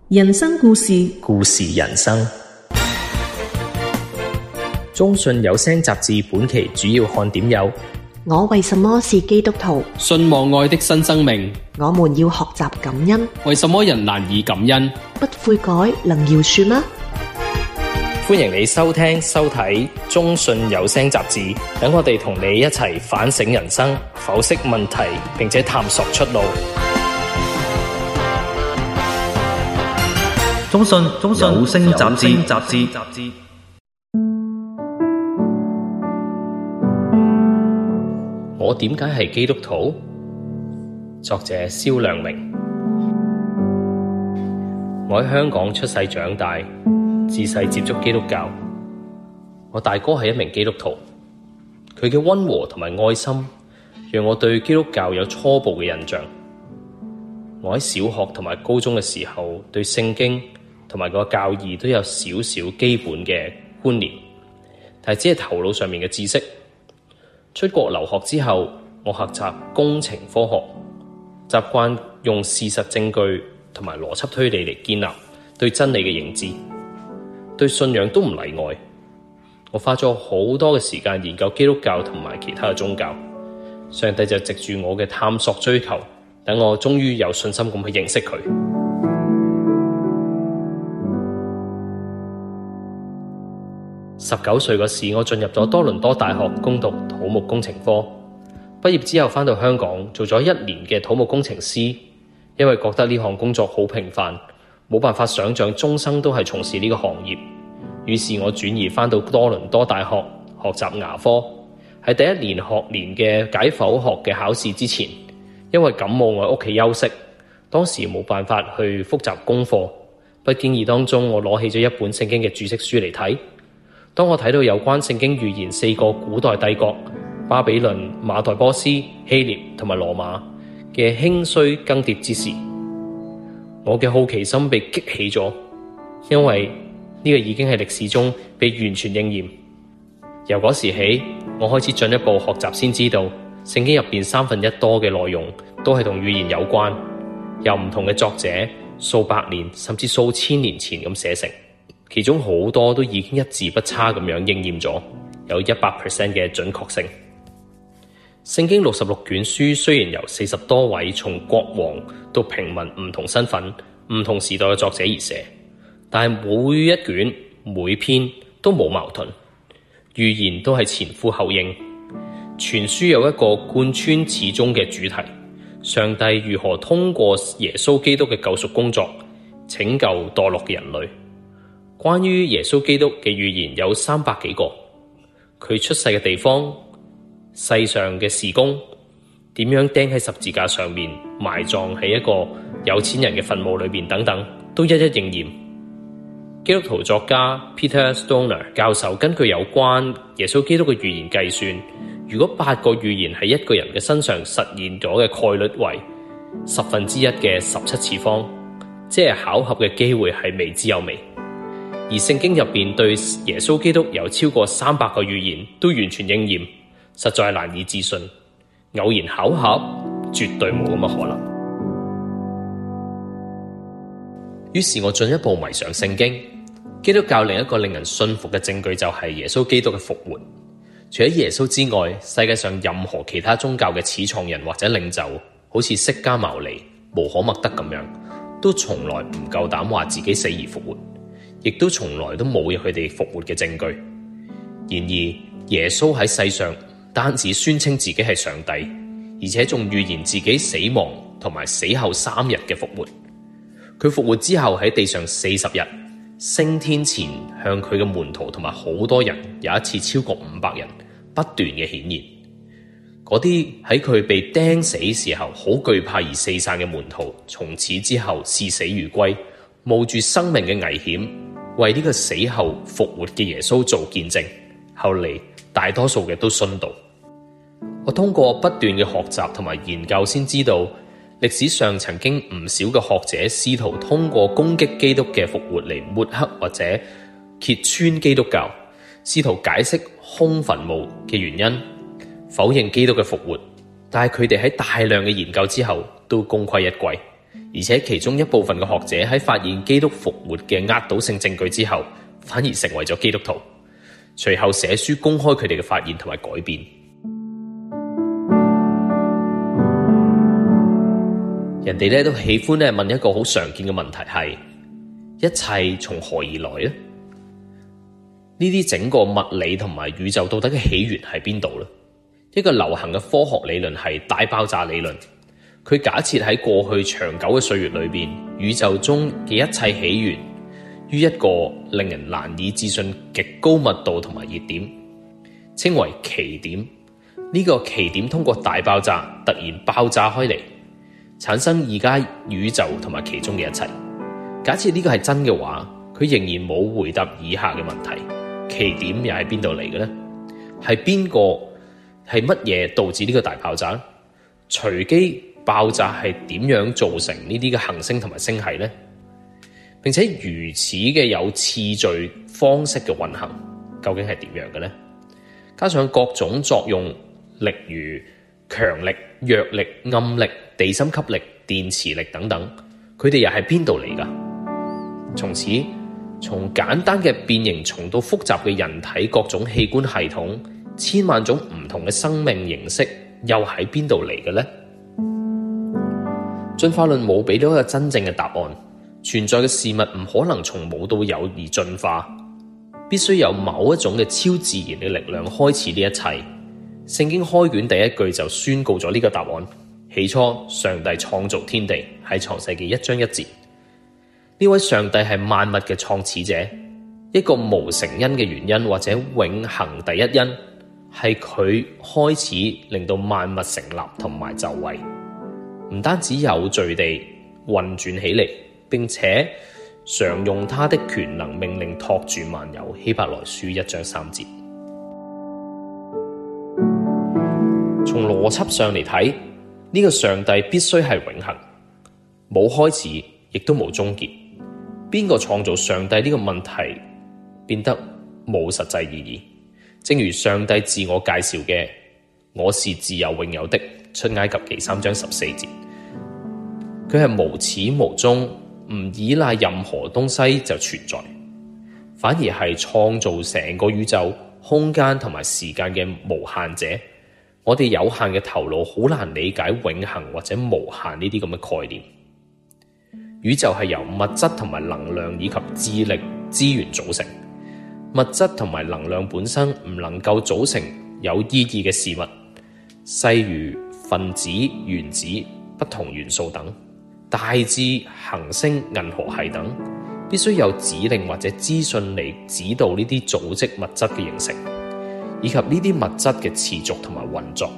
人生故事， 故事人生。中信有聲雜誌本期主要看點有： 我為什麼是基督徒？ 信望愛的新生命。 我們要學習感恩。 為什麼人難以感恩？ 不悔改能饒恕嗎？ 歡迎你收聽收睇中信有聲雜誌，等我哋同你一齊反省人生，剖析問題，並且探索出路。 中信有聲雜誌。 我點解係基督徒？作者蕭良明。我喺香港出世長大，自細接觸基督教。我大哥係一名基督徒，佢嘅溫和同埋愛心，讓我對基督教有初步嘅印象。我喺小學同埋高中嘅時候，對聖經同埋個教義都有少少基本嘅觀念，但係只係頭腦上面嘅知識。出國留學之後，我學習工程科學，習慣用事實證據同埋邏輯推理嚟建立對真理嘅認知。對信仰都唔例外，我花咗好多嘅時間研究基督教同埋其他嘅宗教。上帝就藉住我嘅探索追求，等我終於有信心咁去認識佢。19歲嗰時，我進入咗多倫多大學攻讀土木工程科。畢業之後返到香港做咗1年嘅土木工程師，因為覺得呢項工作好平凡，冇辦法想像終生都係從事呢個行業。於是我轉移返到多倫多大學學習牙科。喺第1年學年嘅解剖學嘅考試之前，因為感冒我喺屋企休息，當時冇辦法去複習功課。不經意當中，我攞起咗一本聖經嘅注釋書嚟睇。當我睇到有關聖經預言4個古代帝國巴比倫、馬代波斯、希臘同埋羅馬嘅興衰更迭之時，我嘅好奇心被激起咗，因為呢個已經係歷史中被完全應驗。由嗰時起，我開始進一步學習，先知道聖經入邊1/3多嘅內容都係同預言有關，由唔同嘅作者數百年甚至數千年前咁寫成。其中好多都已經一字不差咁樣應驗咗，有100% 嘅準確性。聖經66卷書雖然由40多位從國王到平民唔同身份、唔同時代嘅作者而寫，但係每一卷每篇都冇矛盾，預言都係前呼後應。全書有一個貫穿始終嘅主題：上帝如何通過耶穌基督嘅救贖工作拯救墮落嘅人類。關於耶穌基督嘅預言有300幾個，佢出世嘅地方、世上嘅事工、點樣釘喺十字架上面、埋葬喺一個有錢人嘅墳墓裏面等等，都一一應驗。基督徒作家 Peter Stoner 教授根據有關耶穌基督嘅預言計算，如果8個預言喺一個人嘅身上實現咗嘅概率為1/10嘅17次方，即係巧合嘅機會係微之又微。而聖經入邊對耶穌基督有超過300個預言都完全應驗，實在係難以置信。偶然巧合絕對冇咁嘅可能。於是我進一步迷上聖經。基督教另一個令人信服嘅證據就係耶穌基督嘅復活。除咗耶穌之外，世界上任何其他宗教嘅始創人或者領袖，好似釋迦牟尼、穆罕默德咁樣，都從來唔夠膽話自己死而復活，亦都從來都冇佢哋復活嘅證據。然而耶穌喺世上唔單止宣稱自己係上帝，而且仲預言自己死亡同埋死後3日嘅復活。佢復活之後喺地上40日，升天前向佢嘅門徒同埋好多人，有一次超過500人不斷嘅顯現。嗰啲喺佢被釘死時候好懼怕而四散嘅門徒，從此之後視死如歸，冒住生命嘅危險為呢個死後復活嘅耶穌做見證。後嚟大多數嘅都信道。我通過不斷嘅學習同埋研究，先知道歷史上曾經唔少嘅學者試圖通過攻擊基督嘅復活嚟抹黑或者揭穿基督教，試圖解釋空墳墓嘅原因，否認基督嘅復活。但係佢哋喺大量嘅研究之後都功虧一簣，而而且其中一部分嘅學者喺發現基督復活嘅壓倒性證據之後，反而成為咗基督徒，隨後寫書公開佢哋嘅發現同埋改變。人哋都喜歡問一個好常見嘅問題係：一切從何而來呢？呢啲整個物理同埋宇宙到底嘅起源喺邊度呢？一個流行嘅科學理論係大爆炸理論，佢假設喺過去長久嘅歲月裏邊，宇宙中嘅一切起源於一個令人難以置信極高密度同埋熱點，稱為奇點。呢個奇點通過大爆炸突然爆炸開嚟，產生而家宇宙同埋其中嘅一切。假設呢個係真嘅話，佢仍然冇回答以下嘅問題：奇點又喺邊度嚟嘅呢？係邊個？係乜嘢導致呢個大爆炸？隨機爆炸係點樣造成呢啲嘅行星同埋星系呢？並且如此嘅有次序方式嘅運行，究竟係點樣嘅呢？加上各種作用，例如強力、弱力、暗力、地心吸力、電磁力等等，佢哋又係邊度嚟㗎？從此，從簡單嘅變形蟲到複雜嘅人體各種器官系統，千萬種唔同嘅生命形式，又喺邊度嚟嘅呢？進化論冇俾到一個真正嘅答案。存在嘅事物唔可能從冇到有而進化，必須有某一種嘅超自然嘅力量開始呢一切。聖經開卷第一句就宣告咗呢個答案：起初上帝創造天地，喺創世記1章1節。呢位上帝係萬物嘅創始者，一個無成因嘅原因或者永恆第一因，係佢開始令到萬物成立同埋就位，唔單止有序地運轉起嚟，並且常用他的權能命令托住萬有。希伯來書1章3節。從邏輯上嚟睇，呢個上帝必須係永恆，冇開始，亦都冇終結。邊個創造上帝呢個問題變得冇實際意義。正如上帝自我介紹嘅：我是自有永有的，出埃及記3章14節。佢係無始無終，唔依賴任何東西就存在，反而係創造成個宇宙、空間同埋時間嘅無限者。我哋有限嘅頭腦好難理解永恆或者無限呢啲咁嘅概念。宇宙係由物質同埋能量以及智力資源組成，物質同埋能量本身唔能夠組成有意義嘅事物，例如分子、原子、不同元素等。大至行星、銀河系等，必須有指令或者資訊嚟指導呢啲組織物質嘅形成，以及呢啲物質嘅持續同埋運作。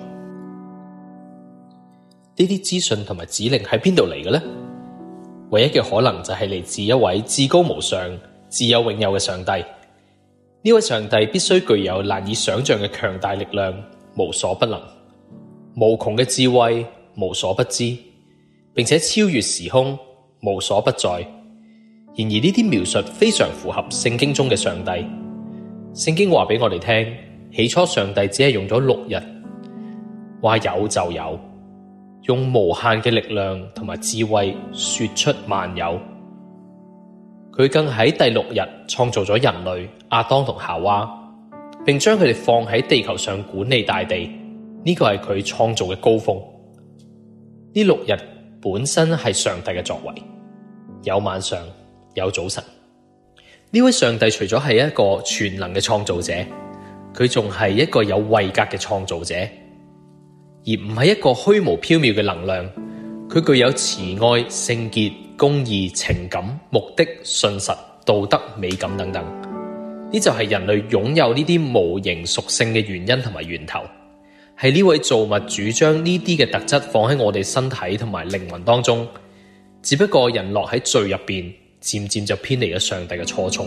呢啲資訊同埋指令喺邊度嚟嘅呢？唯一嘅可能就係嚟自一位至高無上、自有永有嘅上帝。呢位上帝必須具有難以想象嘅強大力量，無所不能，無窮嘅智慧，無所不知，並且超越時空，無所不在。然而呢啲描述非常符合聖經中嘅上帝。聖經話俾我哋聽，起初上帝只係用咗6日，話有就有，用無限嘅力量同埋智慧說出萬有。佢更喺第6日創造咗人類亞當同夏娃，並將佢哋放喺地球上管理大地。呢個係佢創造嘅高峰。呢6日本身係上帝嘅作為，有晚上，有早晨。呢位上帝除咗係一個全能嘅創造者，佢仲係一個有位格嘅創造者，而唔係一個虛無縹緲嘅能量。佢具有慈愛、聖潔、公義、情感、目的、信實、道德、美感等等。呢就係人類擁有呢啲無形屬性嘅原因同埋源頭。係呢位造物主將呢啲嘅特質放喺我哋身體同埋靈魂當中，只不過人落喺罪入邊，漸漸就偏離咗上帝嘅初衷。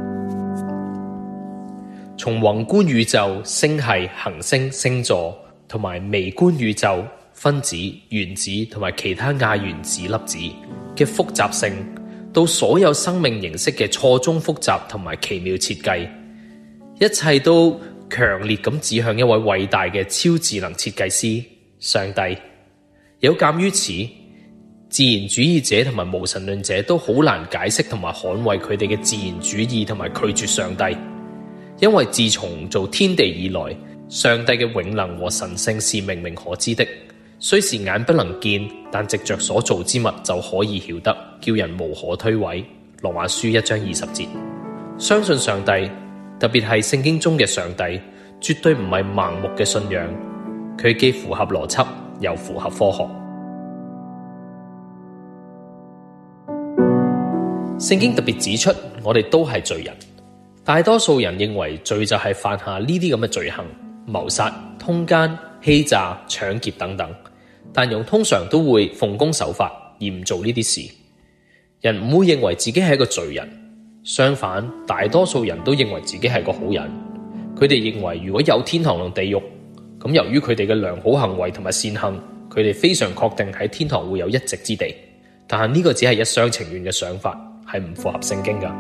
從宏觀宇宙、星系、行星、星座，同埋微觀宇宙、分子、原子同埋其他亞原子粒子嘅複雜性，到所有生命形式嘅錯綜複雜同埋奇妙設計，一切都強烈咁指向一位偉大嘅超智能設計師上帝。有鑒於此， 自然主義者同埋無神論者都好難解釋同埋捍衛佢哋嘅自然主義同埋拒絕上帝，因為自從造天地以來，上帝嘅永能和神性是明明可知的，雖是眼不能見，但藉着所造之物就可以曉得，叫人無可推諉。羅馬書1章20節。相信上帝，特別係聖經中嘅上帝，絕對唔係盲目嘅信仰，佢既符合邏輯又符合科學。聖經特別指出，我哋都係罪人。大多數人認為罪就係犯下呢啲咁嘅罪行，謀殺、通姦、欺詐、搶劫等等，但用通常都會奉公守法而唔做呢啲事。人唔會認為自己係一個罪人，相反，大多數人都認為自己係個好人。佢哋認為如果有天堂同地獄，咁由於佢哋嘅良好行為同埋善行，佢哋非常確定喺天堂會有一席之地。但係呢個只係一廂情願嘅想法，係唔符合聖經㗎。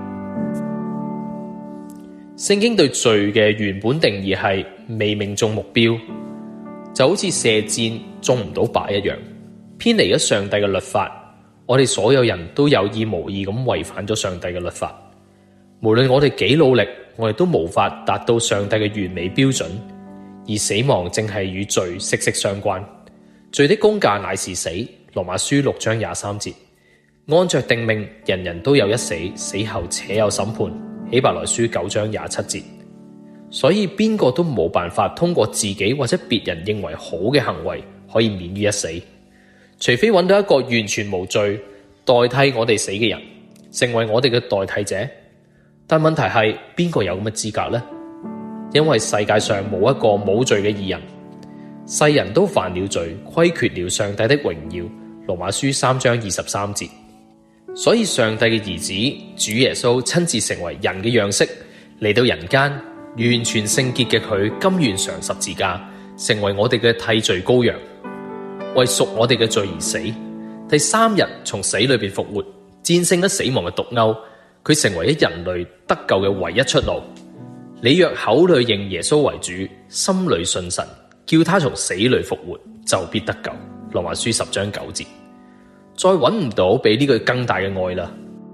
聖經對罪嘅原本定義係未命中目標，就好似射箭中唔到靶一樣，偏離咗上帝嘅律法。我哋所有人都有意無意咁違反咗上帝嘅律法，無論我哋幾努力，我哋都無法達到上帝嘅完美標準。而死亡正係與罪息息相關，罪的工價乃是死。羅馬書6章23節。按着定命，人人都有一死，死後且有審判。希伯來書9章27節。所以邊個都冇辦法通過自己或者別人認為好嘅行為可以免於一死，除非揾到一個完全無罪代替我哋死嘅人，成為我哋嘅代替者。但問題係邊個有咁嘅資格呢？因為世界上冇一個冇罪嘅義人，世人都犯了罪，虧缺了上帝的榮耀。羅馬書3章23節。所以上帝嘅兒子主耶穌親自成為人嘅樣式嚟到人間，完全聖潔嘅佢甘願上十字架，成為我哋嘅替罪羔羊，為贖我哋嘅罪而死。第3日從死裏邊復活，戰勝咗死亡嘅毒鈎，佢成為咗人類得救嘅唯一出路。你若口裏認耶穌為主，心裏信神，叫他從死裏復活，就必得救。羅馬書10章9節。再揾唔到比呢個更大嘅愛啦！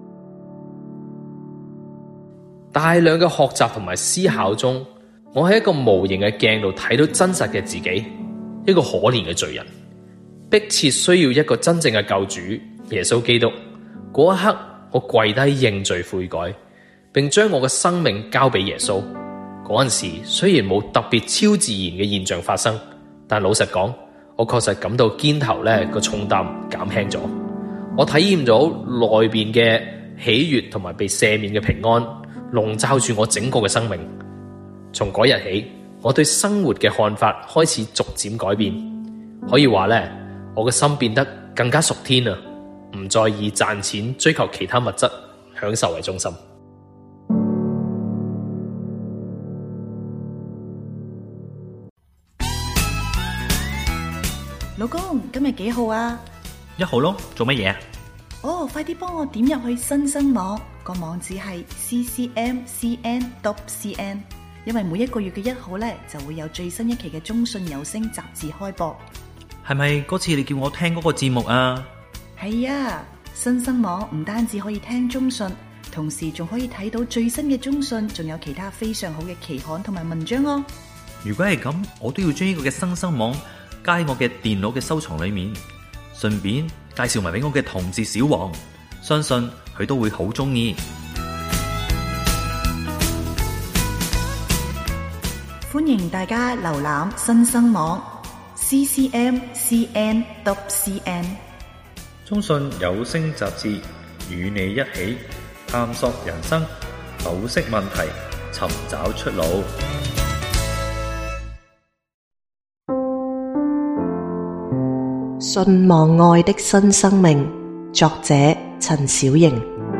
大量嘅學習同埋思考中，我喺一個無形嘅鏡度睇到真實嘅自己，一個可憐嘅罪人，迫切需要一個真正嘅救主耶穌基督。嗰一刻，我跪低認罪悔改，並將我嘅生命交俾耶穌。嗰陣時雖然冇特別超自然嘅現象發生，但老實講，我確實感到肩頭個重擔減輕咗，我體驗咗內邊嘅喜悅同埋被赦免嘅平安，籠罩住我整個嘅生命。從嗰日起，我對生活嘅看法開始逐漸改變，可以話我嘅心變得更加屬天啊，唔再以賺錢追求其他物質享受為中心。 老公，今日幾號啊 ？1號咯，做乜嘢啊？ 快啲幫我點入去新生網，個網址係 ccmcn.cn， 因為每一個月嘅1號就會有最新一期嘅中信有聲雜誌開播。 係咪嗰次你叫我聽嗰個節目啊？ 係啊，新生網唔單止可以聽中信，同時仲可以睇到最新嘅中信，仲有其他非常好嘅期刊同埋文章哦。 如果係咁，我都要將呢個嘅新生網加喺我嘅電腦嘅收藏裏面，順便介紹埋俾我嘅同事小王，相信佢都會好中意。 歡迎大家瀏覽新生網 ccmcn.cn。 中信有聲雜誌與你一起探索人生，剖析問題，尋找出路。 信望愛的新生命，作者陳小瑩。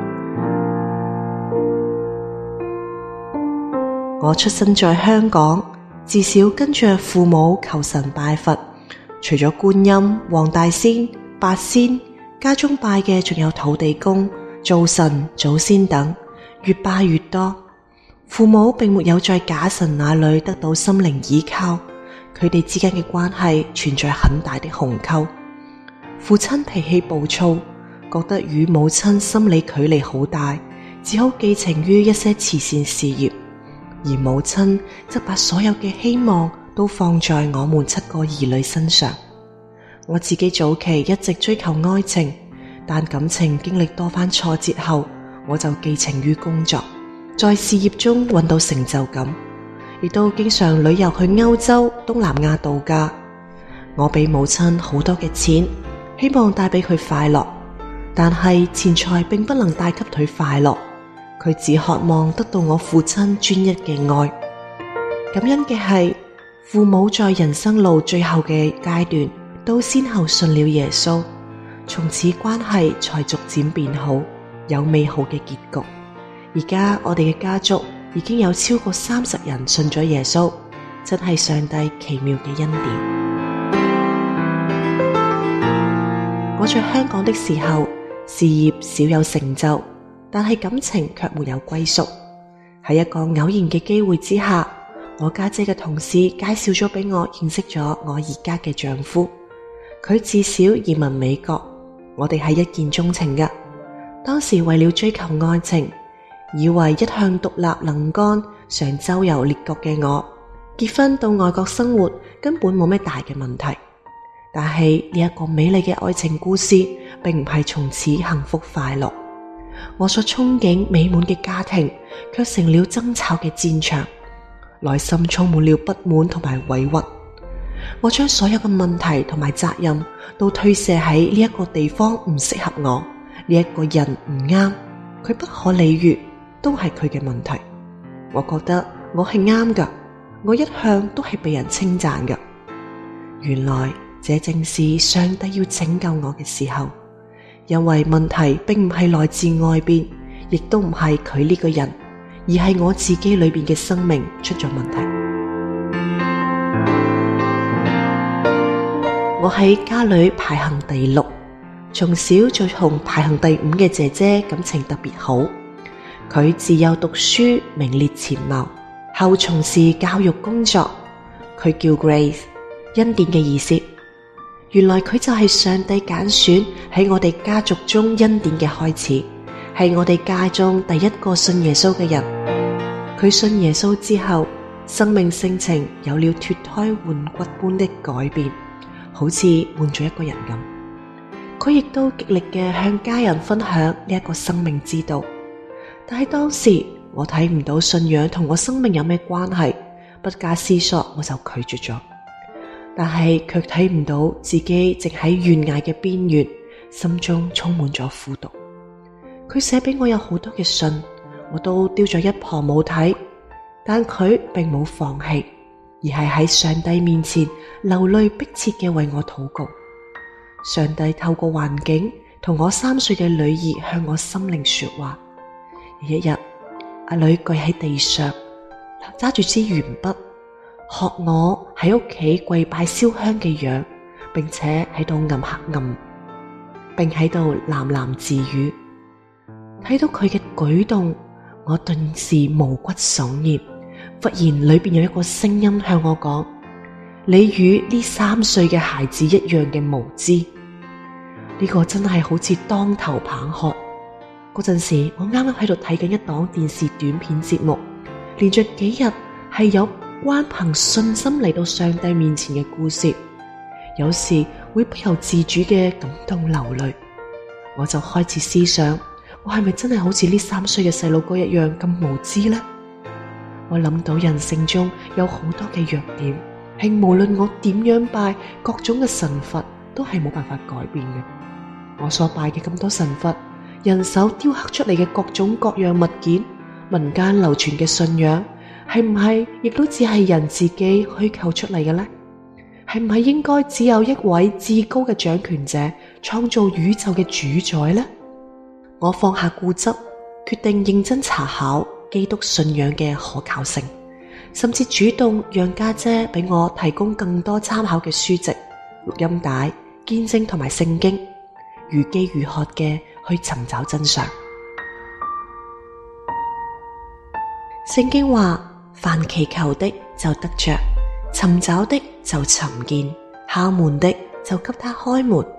我出生在香港，自小跟着父母求神拜佛，除咗觀音、黃大仙、八仙，家中拜嘅仲有土地公、灶神、祖先等，越拜越多。父母並沒有在假神那裏得到心靈依靠，佢哋之間嘅關係存在很大的鴻溝。 父親脾氣暴躁，覺得與母親心理距離好大，只好寄情於一些慈善事業，而母親則把所有嘅希望都放在我們7個兒女身上。我自己早期一直追求愛情，但感情經歷多番挫折後，我就寄情於工作，在事業中揾到成就感，亦都經常旅遊去歐洲、東南亞度假。我俾母親好多嘅錢，希望帶俾佢快樂，但係錢財並不能帶給佢快樂，佢只渴望得到我父親專一嘅愛。感恩嘅係，父母在人生路最後嘅階段都先後信了耶穌，從此關係才逐漸變好，有美好嘅結局。而家我哋嘅家族已經有超過30人信咗耶穌，真係上帝奇妙嘅恩典。我在香港的時候，事業少有成就，但係感情卻沒有歸宿。喺一個偶然嘅機會之下，我家姐嘅同事介紹咗俾我認識咗我而家嘅丈夫。佢自小移民美國，我哋係一見鍾情嘅。當時為了追求愛情，以為一向獨立能幹、常周遊列國嘅我，結婚到外國生活根本冇咩大嘅問題。但係呢一個美麗嘅愛情故事並唔係從此幸福快樂，我所憧憬美滿嘅家庭卻成了爭吵嘅戰場，內心充滿了不滿同埋委屈。我將所有嘅問題同埋責任都推卸喺呢一個地方唔適合我，呢一個人唔啱，佢不可理喻，都係佢嘅問題。我覺得我係啱㗎，我一向都係被人稱讚㗎。原來這正是上帝要拯救我嘅時候，因為問題並唔係來自外邊，亦都唔係佢呢個人，而係我自己裏邊嘅生命出咗問題。我喺家裏排行第6，從小就同排行第5嘅姐姐感情特別好。佢自幼讀書名列前茅，後從事教育工作。佢叫 Grace， 恩典嘅意思。原來佢就係上帝揀選喺我哋家族中恩典嘅開始，係我哋家中第一個信耶穌嘅人。佢信耶穌之後，生命性情有了脫胎換骨般的改變，好似換咗一個人咁。佢亦都極力嘅向家人分享呢一個生命之道，但係當時我睇唔到信仰同我生命有咩關係，不假思索我就拒絕咗。但係卻睇唔到自己正喺懸崖嘅邊緣，心中充滿咗苦毒。佢寫俾我有好多嘅信，我都丟咗一旁冇睇，但佢並冇放棄，而係喺上帝面前流淚迫切嘅為我禱告。上帝透過環境同我3歲嘅女兒向我心靈說話。一日，阿女跪喺地上，揸住支鉛筆，學我喺屋企跪拜燒香嘅樣，並且喺度並喺度喃喃自語。睇到佢嘅舉動，我頓時毛骨悚然。忽然裏邊有一個聲音向我講：你與呢3歲嘅孩子一樣嘅無知。呢個真係好似當頭棒喝。嗰陣時我啱啱喺度睇緊一檔電視短片節目，連續幾日係有關憑信心嚟到上帝面前嘅故事，有時會不由自主嘅感動流淚。我就開始思想，我係咪真係好似呢3歲嘅細路哥一樣咁無知呢？我諗到人性中有好多嘅弱點，係無論我點樣拜各種嘅神佛，都係冇辦法改變嘅。我所拜嘅咁多神佛，人手雕刻出嚟嘅各種各樣物件，民間流傳嘅信仰，係唔係亦都只係人自己虛構出嚟嘅呢？係唔係應該只有一位至高嘅掌權者創造宇宙嘅主宰呢？我放下固執，決定認真查考基督信仰嘅可靠性，甚至主動讓家姐俾我提供更多參考嘅書籍、錄音帶、見證同埋聖經，如飢如渴嘅去尋找真相。聖經話：凡祈求的就得着，尋找的就尋見，敲門的就給他開門。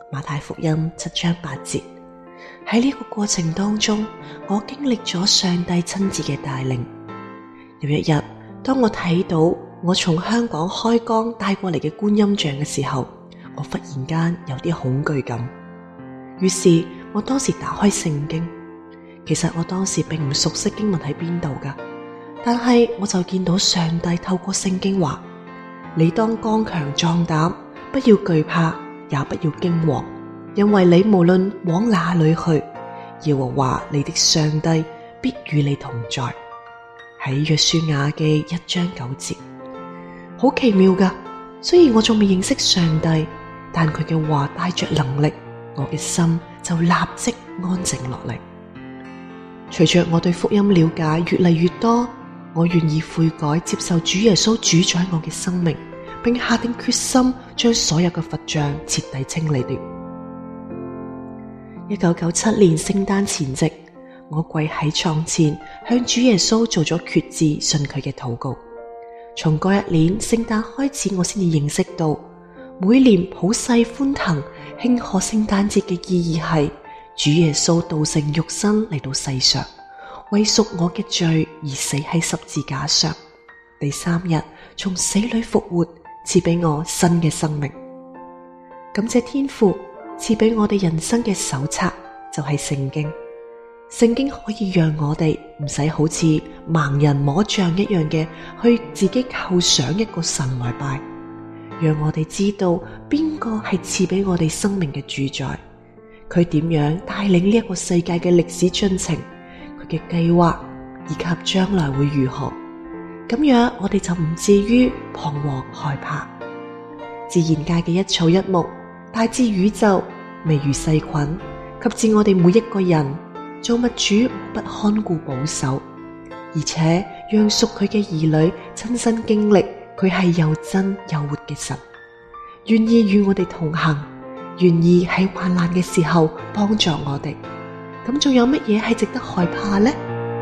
馬太福音7章8節。喺呢個過程當中，我經歷咗上帝親自嘅帶領。有一日，當我睇到我從香港開光帶過嚟嘅觀音像嘅時候，我忽然間有啲恐懼感。於是我當時打開聖經，其實我當時並唔熟悉經文喺邊度㗎，但係我就見到上帝透過聖經話：你當剛強壯膽，不要懼怕，也不要驚惶，因為你無論往哪裏去，耶和華你的上帝必與你同在。喺約書亞記1章9節。好奇妙㗎，雖然我仲未認識上帝，但佢嘅話帶着能力，我嘅心就立即安靜落嚟。隨着我對福音了解越嚟越多，我願意悔改，接受主耶穌主宰我嘅生命，並下定決心將所有嘅佛像徹底清理掉。1997年聖誕前夕，我跪喺床前向主耶穌做咗決志信佢嘅禱告。從嗰一年聖誕開始，我先至認識到每年普世歡騰慶賀聖誕節嘅意義係主耶穌道成肉身嚟到世上，為贖我嘅罪而死喺十字架上，第3日從死裏復活，賜俾我新嘅生命。感謝天父賜俾我哋人生嘅手冊，就係聖經。聖經可以讓我哋唔使好似盲人摸象一樣嘅去自己構想一個神來拜，讓我哋知道邊個係賜俾我哋生命嘅主宰，佢點樣帶領呢一個世界嘅歷史進程，佢嘅計劃以及將來會如何，咁樣我哋就唔至於彷徨害怕。自然界嘅一草一木，大至宇宙，微如細菌，及至我哋每一個人，造物主不看顧保守，而且讓屬佢嘅兒女親身經歷佢係又真又活嘅神，願意與我哋同行，願意喺患難嘅時候幫助我哋。咁仲有乜嘢係值得害怕呢？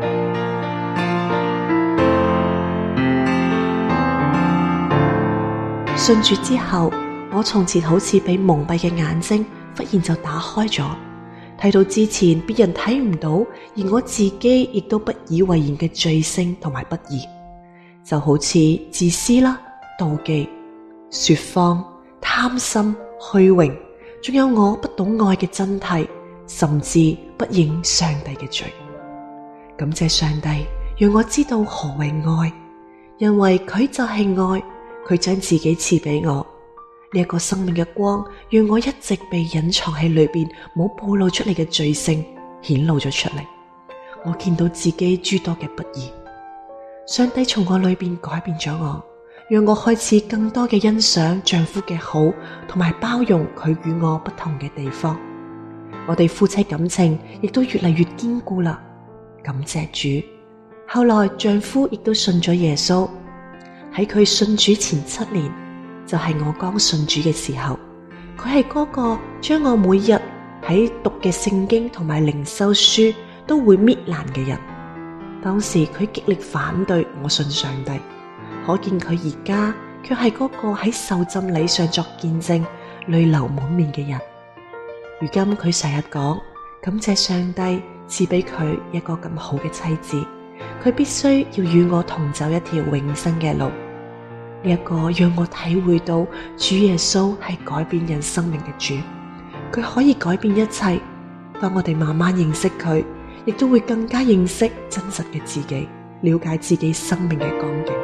信主之後，我從前好似被蒙蔽嘅眼睛忽然就打開咗，睇到之前別人睇唔到，而我自己亦都不以為然嘅罪性同埋不義，就好似自私啦、妒忌、說謊、貪心、虛榮，仲有我不懂愛嘅真諦，甚至不認上帝嘅罪。感謝上帝讓我知道何為愛，因為佢就係愛，佢將自己賜俾我。呢一個生命嘅光，讓我一直被隱藏喺裏邊冇暴露出嚟嘅罪性顯露咗出嚟。我見到自己諸多嘅不義，上帝從我裏邊改變咗我，讓我開始更多嘅欣賞丈夫嘅好，同埋包容佢與我不同嘅地方。我哋夫妻感情亦都越嚟越堅固啦。感謝主。後來丈夫亦都信咗耶穌，喺佢信主前7年，就係我剛信主嘅時候，佢係嗰個將我每日喺讀嘅聖經同埋靈修書都會搣爛嘅人。當時佢極力反對我信上帝，可見佢而家卻係嗰個喺受浸禮上作見證淚流滿面嘅人。如今佢成日講感謝上帝賜俾佢一個咁好嘅妻子，佢必須要與我同走一條永生嘅路。呢一個讓我體會到主耶穌係改變人生命嘅主，佢可以改變一切。當我哋慢慢認識佢，亦都會更加認識真實嘅自己，了解自己生命嘅光景。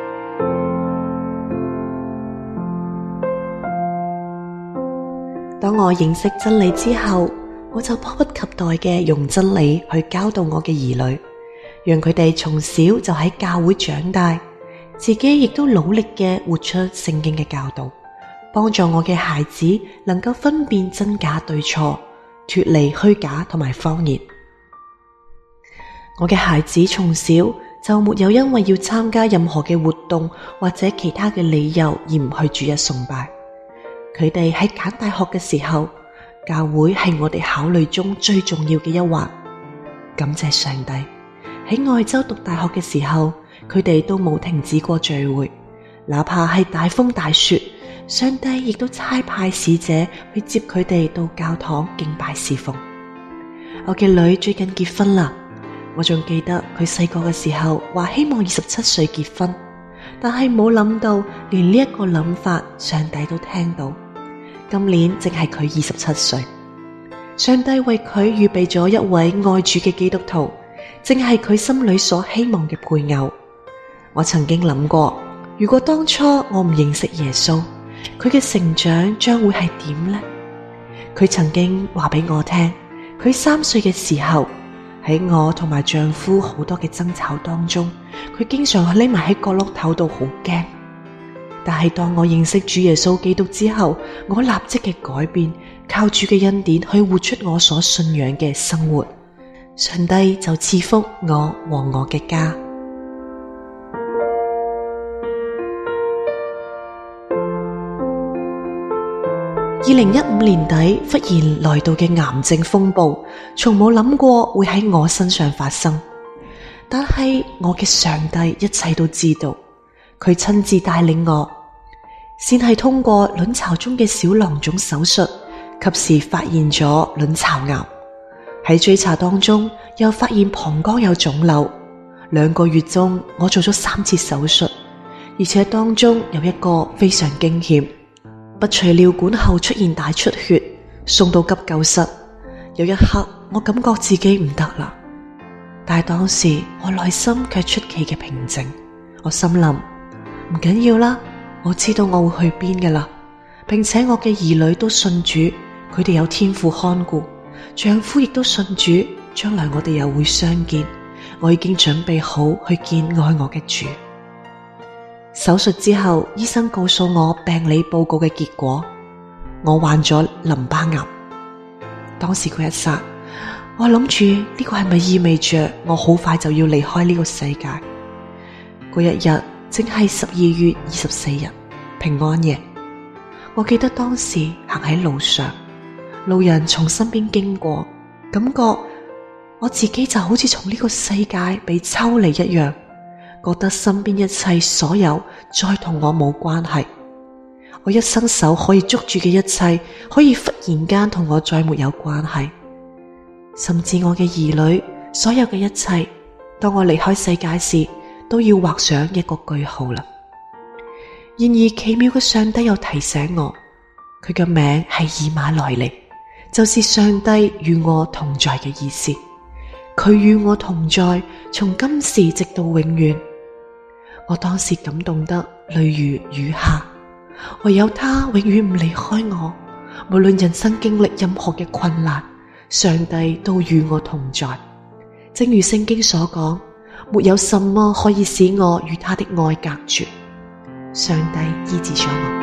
當我認識真理之後，我就迫不及待嘅用真理去教導我嘅兒女，讓佢哋從小就喺教會長大，自己亦都努力嘅活出聖經嘅教導，幫助我嘅孩子能夠分辨真假對錯，脫離虛假同埋謊言。我嘅孩子從小就沒有因為要參加任何嘅活動或者其他嘅理由而唔去主日崇拜。佢哋喺揀大學嘅時候，教會係我哋考慮中最重要嘅一環。感謝上帝，喺外州讀大學嘅時候，佢哋都冇停止過聚會，哪怕係大風大雪， 上帝亦都差派使者去接佢哋到教堂敬拜侍奉。我嘅女最近結婚啦，我仲記得佢細個嘅時候話希望27歲結婚，但係冇諗到連呢一個諗法上帝都聽到。今年正係佢27歲，上帝為佢預備咗一位愛主嘅基督徒，正係佢心裏所希望嘅配偶。我曾經諗過，如果當初我唔認識耶穌，佢嘅成長將會係點呢？佢曾經話俾我聽，佢3歲嘅時候，喺我同埋丈夫好多嘅爭吵當中，佢經常匿埋喺角落頭度好驚。但係當我認識主耶穌基督之後，我立即嘅改變，靠主嘅恩典去活出我所信仰嘅生活，上帝就賜福我和我嘅家。2015年底忽然來到嘅癌症風暴，從冇諗過會喺我身上發生。但係我嘅上帝一切都知道，佢親自帶領我，先係通過卵巢中嘅小囊腫手術，及時發現咗卵巢癌。喺追查當中，又發現膀胱有腫瘤。2個月中，我做咗3次手術，而且當中有一個非常驚險。拔除尿管後出現大出血，送到急救室。有一刻我感覺自己唔得啦，但係當時我內心卻出奇嘅平靜。我心諗唔緊要啦，我知道我會去邊㗎啦，並且我嘅兒女都信主，佢哋有天父看顧，丈夫亦都信主，將來我哋又會相見。我已經準備好去見愛我嘅主。手術之後，醫生告訴我病理報告嘅結果，我患咗淋巴癌。當時嗰一剎，我諗住呢個係咪意味着我好快就要離開呢個世界？嗰一日正係12月24日，平安夜。我記得當時行喺路上，路人從身邊經過，感覺我自己就好似從呢個世界被抽離一樣。覺得身邊一切所有再同我冇關係，我一伸手可以捉住嘅一切，可以忽然間同我再沒有關係，甚至我嘅兒女，所有嘅一切，當我離開世界時，都要畫上一個句號啦。然而奇妙嘅上帝又提醒我，佢嘅名係以馬內利，就是上帝與我同在嘅意思。佢與我同在，從今時直到永遠。我當時感動得淚如雨下，唯有他永遠唔離開我，無論人生經歷任何嘅困難，上帝都與我同在。正如聖經所講，沒有什麼可以使我與他的愛隔絕。上帝醫治咗我。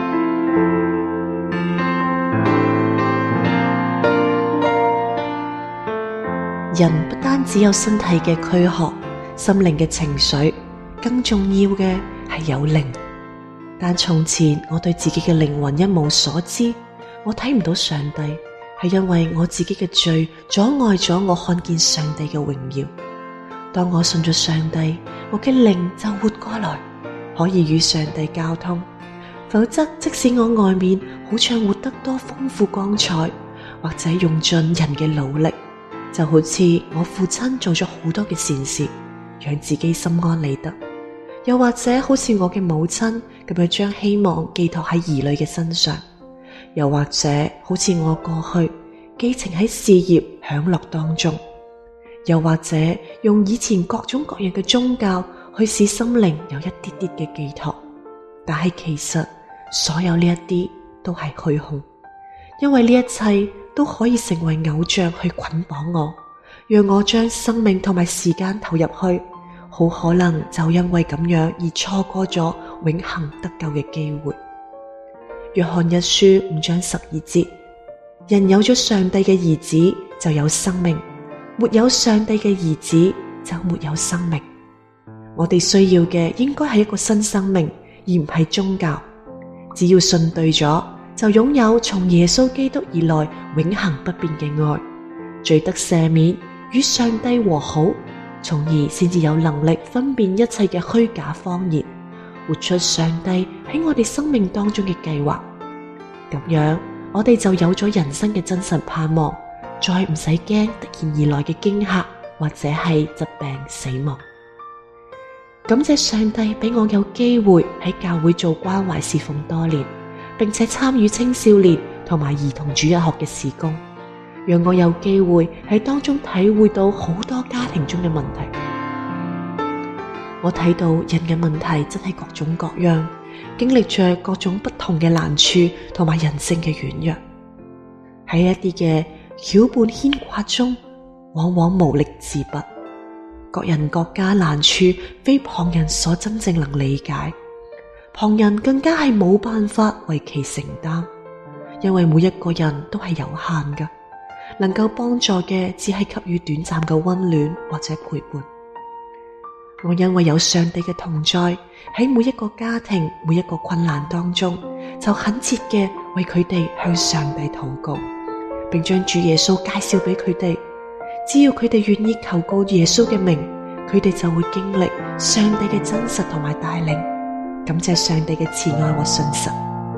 人不單只有身體嘅軀殼，心靈嘅情緒，更重要嘅係有靈。但從前我對自己嘅靈魂一無所知，我睇唔到上帝，係因為我自己嘅罪阻礙咗我看見上帝嘅榮耀。當我信咗上帝，我嘅靈就活過來，可以與上帝交通。否則即使我外面好像活得多豐富光彩，或者用盡人嘅努力，就好似我父親做咗好多嘅善事，讓自己心安理得，又或者好似我嘅母親咁樣將希望寄託喺兒女嘅身上，又或者好似我過去寄情喺事業享樂當中，又或者用以前各種各樣嘅宗教去使心靈有一啲啲嘅寄託。但係其實所有呢一啲都係虛空，因為呢一切都可以成為偶像去捆綁我，讓我將生命同埋時間投入去，好可能就因為咁樣而錯過咗永恆得救嘅機會。約翰一書5章12節，人有咗上帝嘅兒子就有生命，沒有上帝嘅兒子就沒有生命。我哋需要嘅應該係一個新生命，而唔係宗教。只要信對咗，就擁有從耶穌基督而來永恆不變嘅愛，罪得赦免，與上帝和好，從而先至有能力分辨一切嘅虛假謊言，活出上帝喺我哋生命當中嘅計劃， 咁樣我哋就有咗人生嘅真實盼望，再唔使驚突然而來嘅驚嚇或者係疾病死亡。感謝上帝俾我有機會喺教會做關懷侍奉多年，並且參與青少年同埋兒童主日學嘅事工，讓我有機會喺當中體會到好多家庭中嘅問題。我睇到人嘅問題真係各種各樣，經歷着各種不同嘅難處同埋人性嘅軟弱，喺一啲嘅攪拌牽掛中，往往無力自拔。各人各家難處非旁人所真正能理解，旁人更加係冇辦法為其承擔，因為每一個人都係有限嘅，能夠幫助嘅只係給予短暫嘅溫暖或者陪伴。我因為有上帝嘅同在，喺每一個家庭每一個困難當中，就懇切嘅為佢哋向上帝禱告，並將主耶穌介紹俾佢哋。只要佢哋願意求告耶穌嘅名，佢哋就會經歷上帝嘅真實同埋帶領。感謝上帝嘅慈愛和信實。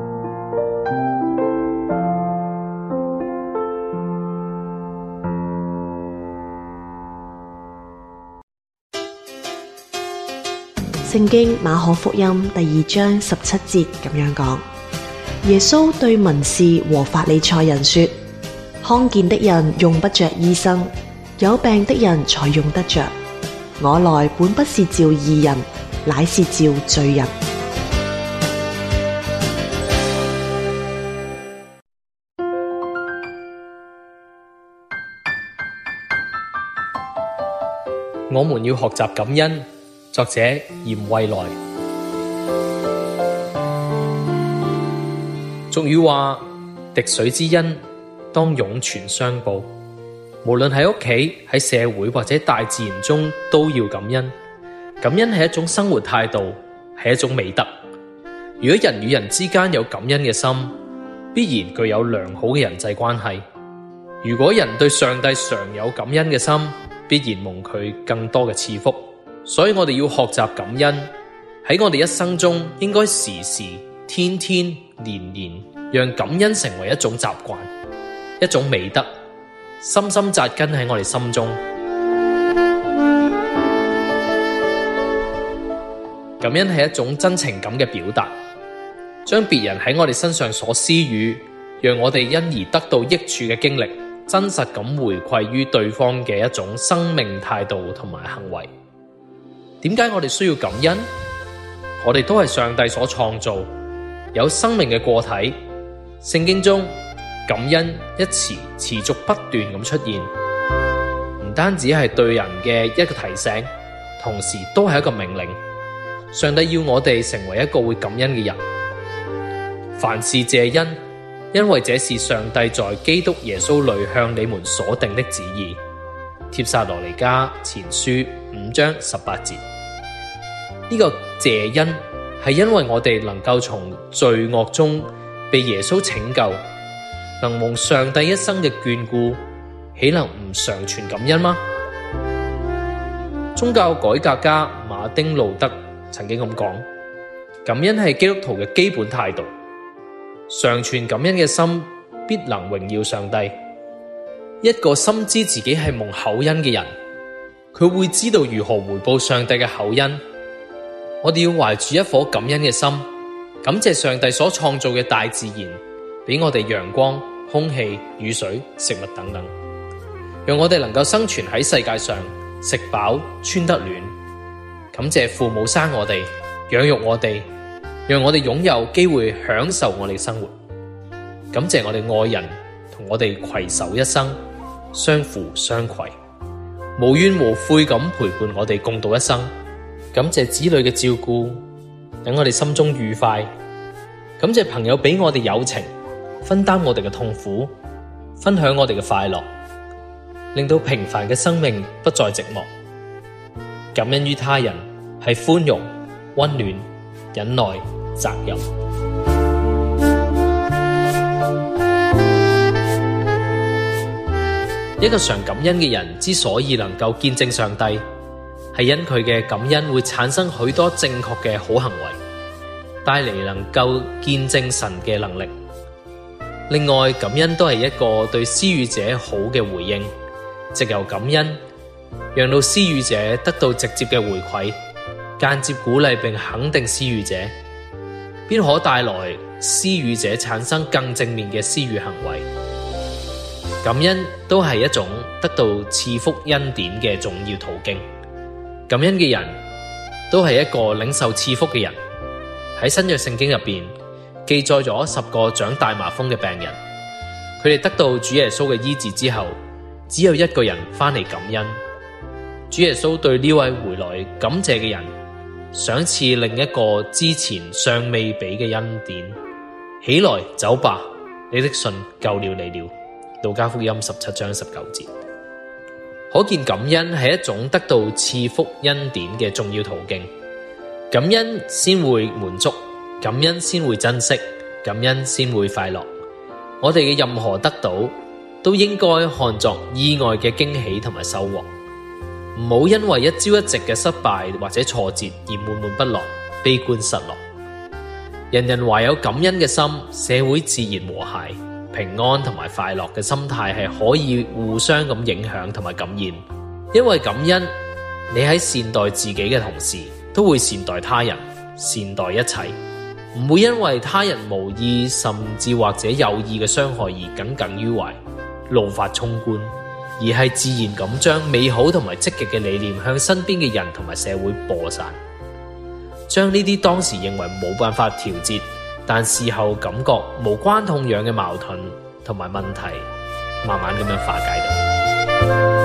聖經馬可福音第2章17節咁樣講：耶穌對文士和法利賽人說，康健的人用不着醫生，有病的人才用得着。我來本不是召義人，乃是召罪人。 我們要學習感恩。作者嚴惠來。俗語話：滴水之恩，當湧泉相報。無論喺屋企、喺社會或者大自然中，都要感恩。感恩係一種生活態度，係一種美德。如果人與人之間有感恩嘅心，必然具有良好嘅人際關係。如果人對上帝常有感恩嘅心，必然蒙佢更多嘅賜福。所以我哋要學習感恩，喺我哋一生中應該時時、天天、年年，讓感恩成為一種習慣，一種美德，深深扎根喺我哋心中。感恩係一種真情感嘅表達，將別人喺我哋身上所施予，讓我哋因而得到益處嘅經歷，真實咁回饋於對方嘅一種生命態度同埋行為。點解我哋需要感恩？我哋都係上帝所創造，有生命嘅個體。聖經中感恩一詞持續不斷咁出現，唔單止係對人嘅一個提醒，同時都係一個命令。上帝要我哋成為一個會感恩嘅人，凡事謝恩，因為這是上帝在基督耶穌裏向你們所定的旨意。帖撒羅尼迦前書5章18節。呢個謝恩係因為我哋能夠從罪惡中被耶穌拯救，能蒙上帝一生嘅眷顧，豈能唔常存感恩嗎？宗教改革家馬丁路德曾經咁講：感恩係基督徒嘅基本態度，常存感恩嘅心必能榮耀上帝。一個深知自己係蒙厚恩嘅人，佢會知道如何回報上帝嘅厚恩。我哋要懷住一顆感恩嘅心，感謝上帝所創造嘅大自然，俾我哋陽光、空氣、雨水、食物等等，讓我哋能夠生存喺世界上，食飽穿得暖。感謝父母生我哋，養育我哋，讓我哋擁有機會享受我哋生活。感謝我哋愛人同我哋攜手一生，相扶相攜，無怨無悔咁陪伴我哋共度一生。感謝子女嘅照顧，等我哋心中愉快。感謝朋友俾我哋友情，分擔我哋嘅痛苦，分享我哋嘅快樂，令到平凡嘅生命不再寂寞。感恩於他人係寬容、溫暖、忍耐、責任。一個常感恩嘅人之所以能夠見證上帝，係因佢嘅感恩會產生許多正確嘅好行為，帶嚟能夠見證神嘅能力。 另外，感恩都係一個對施予者好嘅回應，藉由感恩，讓到施予者得到直接嘅回饋，間接鼓勵並肯定施予者，便可帶來施予者產生更正面嘅施予行為。感恩都係一種得到賜福恩典嘅重要途徑。感恩嘅人都係一個領受賜福嘅人。喺新約聖經入邊記載咗10個長大麻風嘅病人，佢哋得到主耶穌嘅醫治之後，只有一個人返嚟感恩。主耶穌對呢位回來感謝嘅人，賞賜另一個之前尚未俾嘅恩典。起來走吧，你的信救了你了。路加福音17章19節。可見感恩係一種得到賜福恩典嘅重要途徑。感恩先會滿足，感恩先會珍惜，感恩先會快樂。我哋嘅任何得到都應該看作意外嘅驚喜同埋收穫，唔好因為一朝一夕嘅失敗或者挫折而悶悶不樂、悲觀失落。人人懷有感恩嘅心，社會自然和諧、平安同埋快樂嘅心態係可以互相咁影響同埋感染。因為感恩，你喺善待自己嘅同時，都會善待他人，善待一切，唔會因為他人無意甚至或者有意嘅傷害而耿耿於懷、怒髮衝冠，而係自然咁將美好同埋積極嘅理念向身邊嘅人同埋社會播散，將呢啲當時認為冇辦法調節，但事後感覺無關痛癢嘅矛盾同埋問題，慢慢咁樣化解到。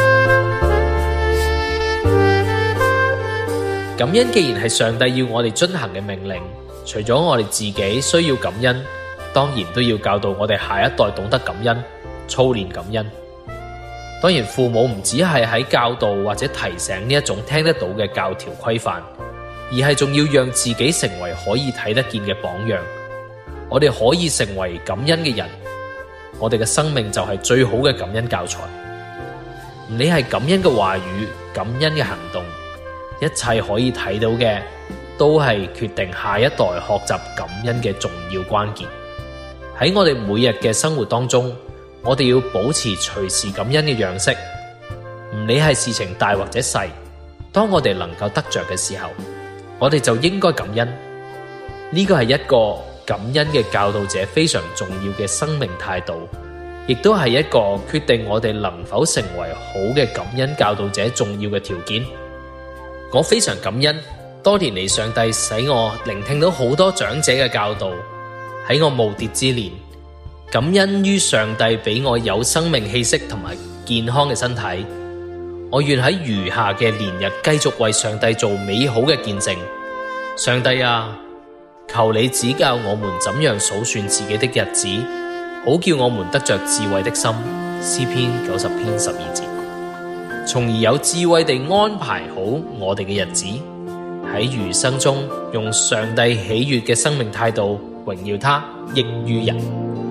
感恩既然係上帝要我哋遵行嘅命令，除咗我哋自己需要感恩，當然都要教導我哋下一代懂得感恩，操練感恩。當然父母唔只係喺教導或者提醒呢一種聽得到嘅教條規範，而係仲要讓自己成為可以睇得見嘅榜樣。我哋可以成為感恩嘅人，我哋嘅生命就係最好嘅感恩教材。唔理係感恩嘅話語、感恩嘅行動，一切可以睇到嘅，都係決定下一代學習感恩嘅重要關鍵。喺我哋每日嘅生活當中，我哋要保持隨時感恩嘅樣式，唔理係事情大或者細，當我哋能夠得着嘅時候，我哋就應該感恩。呢個係一個感恩嘅教導者非常重要嘅生命態度，亦都係一個決定我哋能否成為好嘅感恩教導者重要嘅條件。我非常感恩，多年嚟上帝使我聆聽到好多長者嘅教導，喺我耄耋之年，感恩於上帝俾我有生命氣息同埋健康嘅身體。我願喺餘下嘅年日繼續為上帝做美好嘅見證。上帝啊，求你指教我們怎樣數算自己的日子，好叫我們得着智慧的心。詩篇90篇12節，從而有智慧地安排好我哋嘅日子，喺餘生中用上帝喜悅嘅生命態度榮耀他，應於人。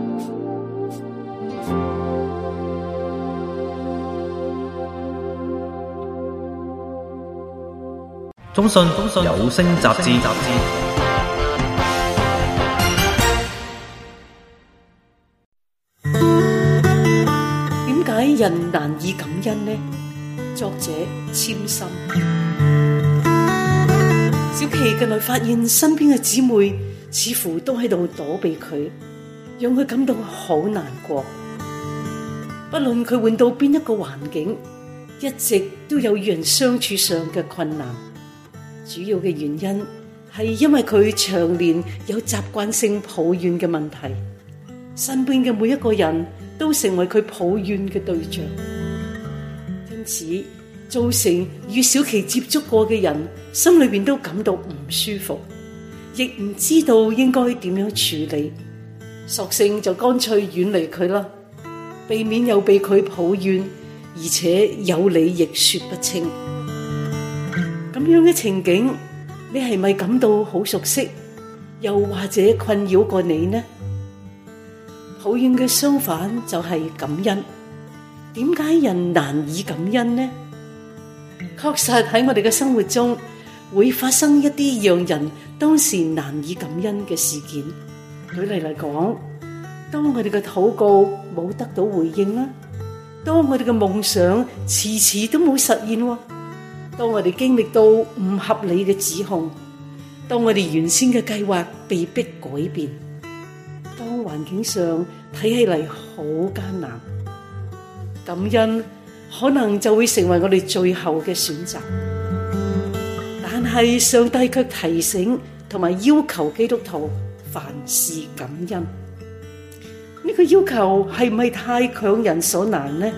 中信有聲雜誌。 點解人難以感恩呢？作者簽心。小琪近來發現身邊嘅姊妹似乎都喺度躲避佢，讓佢感到好難過。不論佢換到邊一個環境，一直都有與人相處上嘅困難。主要嘅原因係因為佢長年有習慣性抱怨嘅問題，身邊嘅每一個人都成為佢抱怨嘅對象，因此造成與小琪接觸過嘅人心裏邊都感到唔舒服，亦唔知道應該點樣處理，索性就乾脆遠離佢啦，避免又被佢抱怨，而且有理亦說不清。咁樣嘅情景，你係咪感到好熟悉，又或者困擾過你呢？抱怨嘅相反就係感恩。點解人難以感恩呢？確實喺我哋嘅生活中會發生一啲讓人當時難以感恩嘅事件。舉例嚟講， 當我哋嘅禱告冇得到回應啦，當我哋嘅夢想遲遲都冇實現，當我哋經歷到唔合理嘅指控，當我哋原先嘅計劃被迫改變，當環境上睇起嚟好艱難，感恩可能就會成為我哋最後嘅選擇。但係上帝卻提醒同埋要求基督徒凡事感恩。呢個要求係唔係太強人所難呢？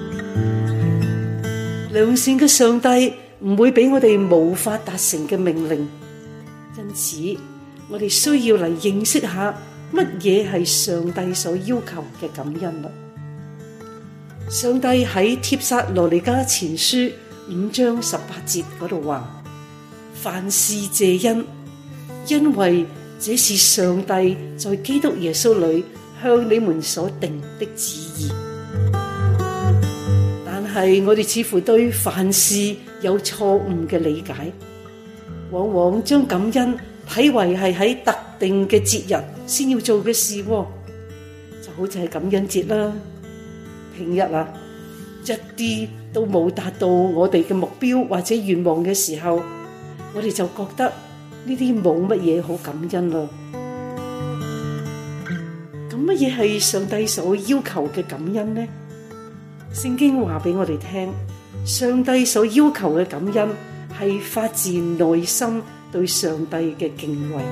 良善嘅上帝唔會俾我哋無法達成嘅命令，因此我哋需要嚟認識下乜嘢係上帝所要求嘅感恩啦。上帝喺帖撒羅尼迦前書5章18節嗰度話：凡事謝恩，因為這是上帝在基督耶穌裏向你們所定的旨意。但係我哋似乎對凡事有錯誤嘅理解，往往將感恩睇為係喺特定嘅節日先要做嘅事，就好似係感恩節啦。平日啊，一啲都冇達到我哋嘅目標或者願望嘅時候，我哋就覺得呢啲冇乜嘢好感恩啦。乜嘢係上帝所要求嘅感恩呢？聖經話俾我哋聽，上帝所要求嘅感恩係發自內心對上帝嘅敬畏。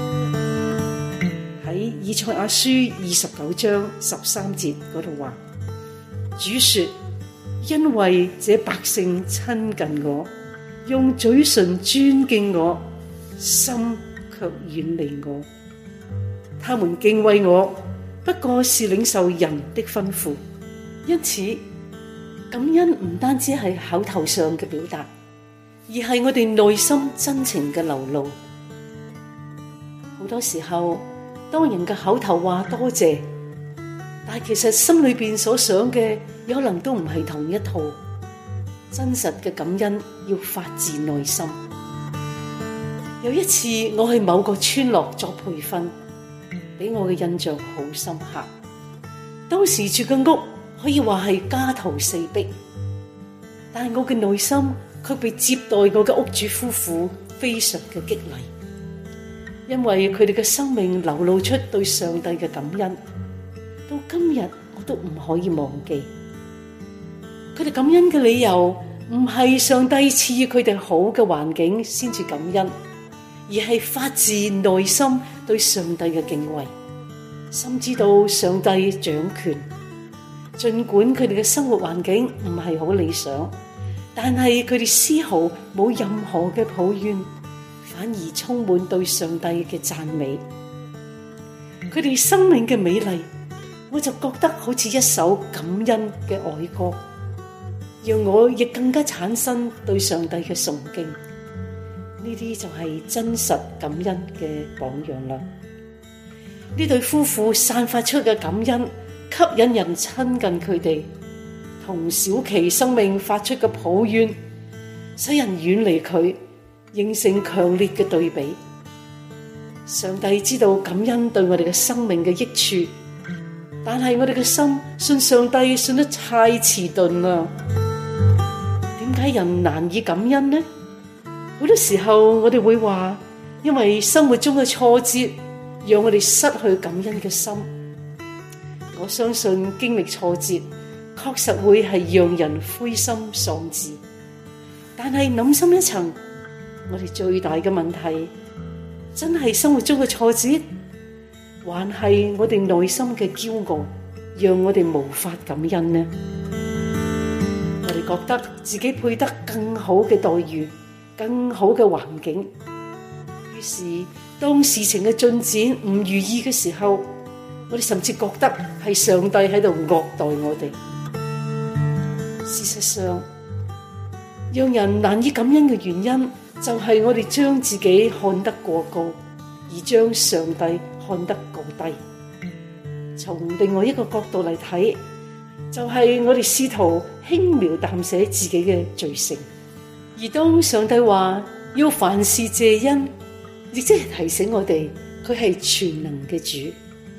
喺以賽亞書29章13節嗰度話：主說，因為這百姓親近我，用嘴唇尊敬我，心卻遠離我。他們敬畏我，不過是領受人的吩咐。因此，感恩唔單止係口頭上嘅表達，而係我哋內心真情嘅流露。好多時候，當人嘅口頭話多謝，但其實心裏邊所想嘅有可能都唔係同一套。真實嘅感恩要發自內心。有一次，我去某個村落作培訓，俾我嘅印象好深刻。當時住嘅屋可以話係家徒四壁，但係我嘅內心卻被接待我嘅屋主夫婦非常嘅激勵，因為佢哋嘅生命流露出對上帝嘅感恩，到今日我都唔可以忘記。佢哋感恩嘅理由唔係上帝賜予佢哋好嘅環境先至感恩，而係發自內心對上帝嘅敬畏，深知道上帝掌權。儘管佢哋嘅生活環境唔係好理想，但係佢哋絲毫冇任何嘅抱怨，反而充滿對上帝嘅讚美。佢哋生命嘅美麗，我就覺得好似一首感恩嘅愛歌，讓我亦更加產生對上帝嘅崇敬。呢啲就係真實感恩嘅榜樣啦。呢對夫婦散發出嘅感恩，吸引人親近佢哋，同小琪生命發出嘅抱怨，使人遠離佢，形成強烈嘅對比。上帝知道感恩對我哋嘅生命嘅益處，但係我哋嘅心信上帝信得太遲鈍啦。點解人難以感恩呢？好多時候我哋會話，因為生活中嘅挫折讓我哋失去感恩嘅心。我相信經歷挫折確實會係讓人灰心喪志，但係諗深一層，我哋最大嘅問題真係生活中嘅挫折，還係我哋內心嘅驕傲讓我哋無法感恩呢？我哋覺得自己配得更好嘅待遇，更好嘅環境，於是當事情嘅進展唔如意嘅時候，我哋甚至覺得係上帝喺度惡待我哋。事實上，讓人難以感恩嘅原因，就係我哋將自己看得過高，而將上帝看得過低。從另外一個角度嚟睇，就係我哋試圖輕描淡寫自己嘅罪性。而當上帝話要凡事謝恩，亦即係提醒我哋佢係全能嘅主。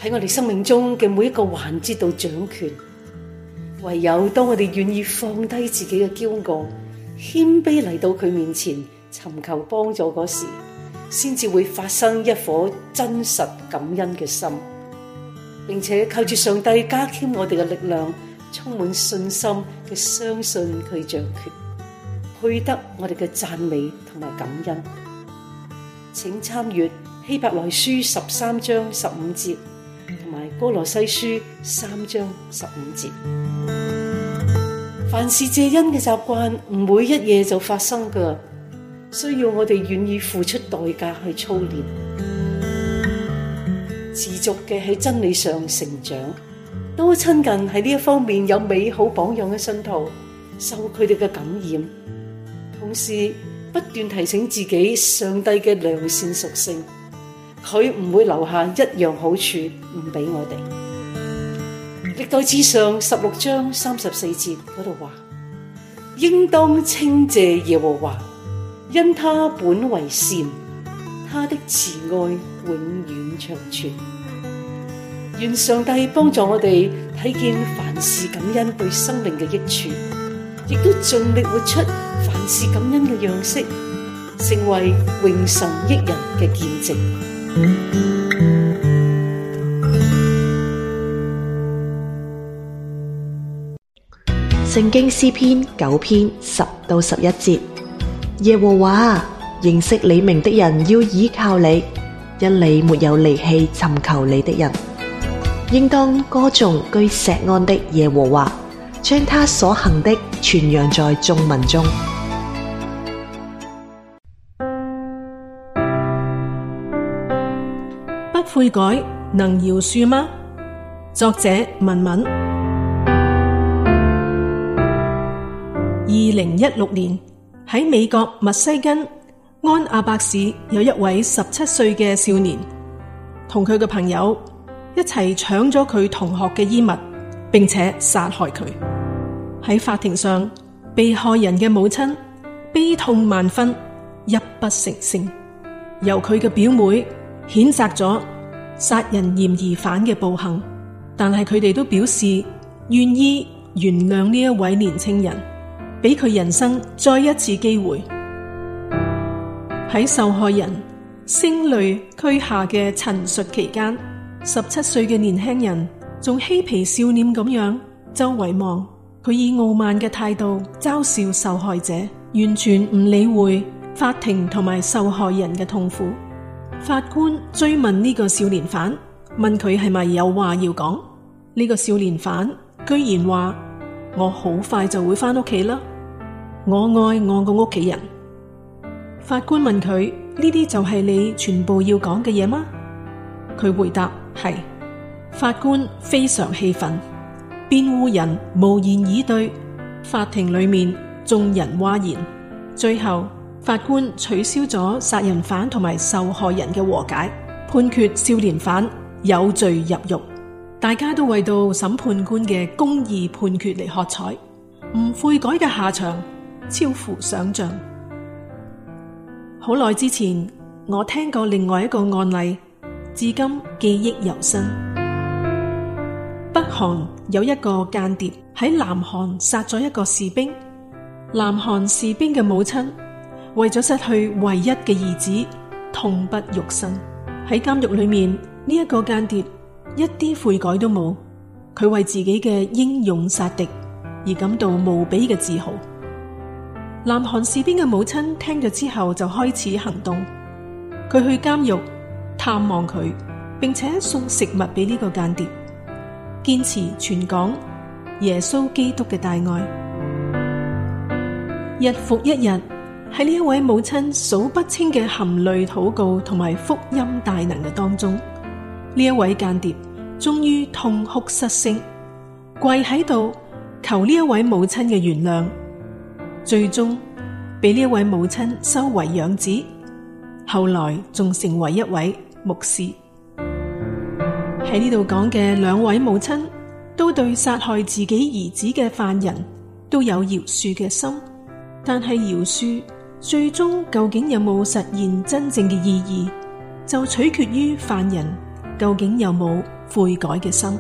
喺我哋生命中嘅每一個環節度掌權。唯有當我哋願意放低自己嘅驕傲，謙卑嚟到佢面前尋求幫助嗰時，先至會發生一顆真實感恩嘅心，並且靠住上帝加添我哋嘅力量，充滿信心嘅相信佢掌權，配得我哋嘅讚美同埋感恩。請參閱希伯來書13章15節同埋歌羅西書3章15節。凡事謝恩嘅習慣唔會一夜就發生㗎，需要我哋願意付出代價去操練，持續嘅喺真理上成長，多親近喺呢一方面有美好榜樣嘅信徒，受佢哋嘅感染，同時不斷提醒自己上帝嘅良善屬性，佢唔會留下一樣好處唔俾我哋。歷代志上16章34節嗰度話，應當稱謝耶和華，因他本為善，他的慈愛永遠長存。願上帝幫助我哋睇見凡事感恩對生命嘅益處，亦都盡力活出凡事感恩嘅樣式，成為榮神益人嘅見證。 聖經詩篇9篇10到11節，耶和華，認識你名的人要倚靠你，因你沒有離棄尋求你的人。應當歌頌居錫安的耶和華，將他所行的傳揚在眾民中。 不悔改能饒恕嗎？作者文文。2016年喺美國密西根安阿伯市有一位17歲嘅少年，同佢嘅朋友一齊搶咗佢同學嘅衣物，並且殺害佢。喺法庭上，被害人嘅母親悲痛萬分，泣不成聲。由佢嘅表妹譴責咗殺人嫌疑犯嘅暴行，但係佢哋都表示願意原諒呢一位年輕人，俾佢人生再一次機會。喺受害人聲淚俱下嘅陳述期間，17歲嘅年輕人仲嬉皮笑臉咁樣周圍望，佢以傲慢嘅態度嘲笑受害者，完全唔理會法庭同埋受害人嘅痛苦。法官追問呢個少年犯，問佢係咪有話要講。呢個少年犯居然話：我好快就會返屋企啦，我愛我個屋企人。法官問佢：呢啲就係你全部要講嘅嘢嗎？佢回答：係。法官非常氣憤，辯護人無言以對，法庭裏面眾人譁然。最後法官取消咗殺人犯同埋受害人嘅和解，判決少年犯有罪入獄。大家都為到審判官嘅公義判決嚟喝彩，唔悔改嘅下場超乎想象。好耐之前，我聽過另外一個案例，至今記憶猶新。北韓有一個間諜喺南韓殺咗一個士兵，南韓士兵嘅母親為咗失去唯一嘅兒子，痛不欲生。喺監獄裏面，呢一個間諜一啲悔改都冇，佢為自己嘅英勇殺敵而感到無比嘅自豪。南韓士兵嘅母親聽咗之後就開始行動，佢去監獄探望佢，並且送食物俾呢個間諜，堅持傳講耶穌基督嘅大愛。日復一日，喺呢一位母親數不清嘅含淚禱告同埋福音大能嘅當中，呢一位間諜終於痛哭失聲，跪喺度求呢一位母親嘅原諒，最終被呢一位母親收為養子，後來仲成為一位牧師。喺呢度講嘅兩位母親都對殺害自己兒子嘅犯人都有饒恕嘅心，但係饒恕最終究竟有冇實現真正嘅意義，就取決於犯人究竟有冇悔改嘅心。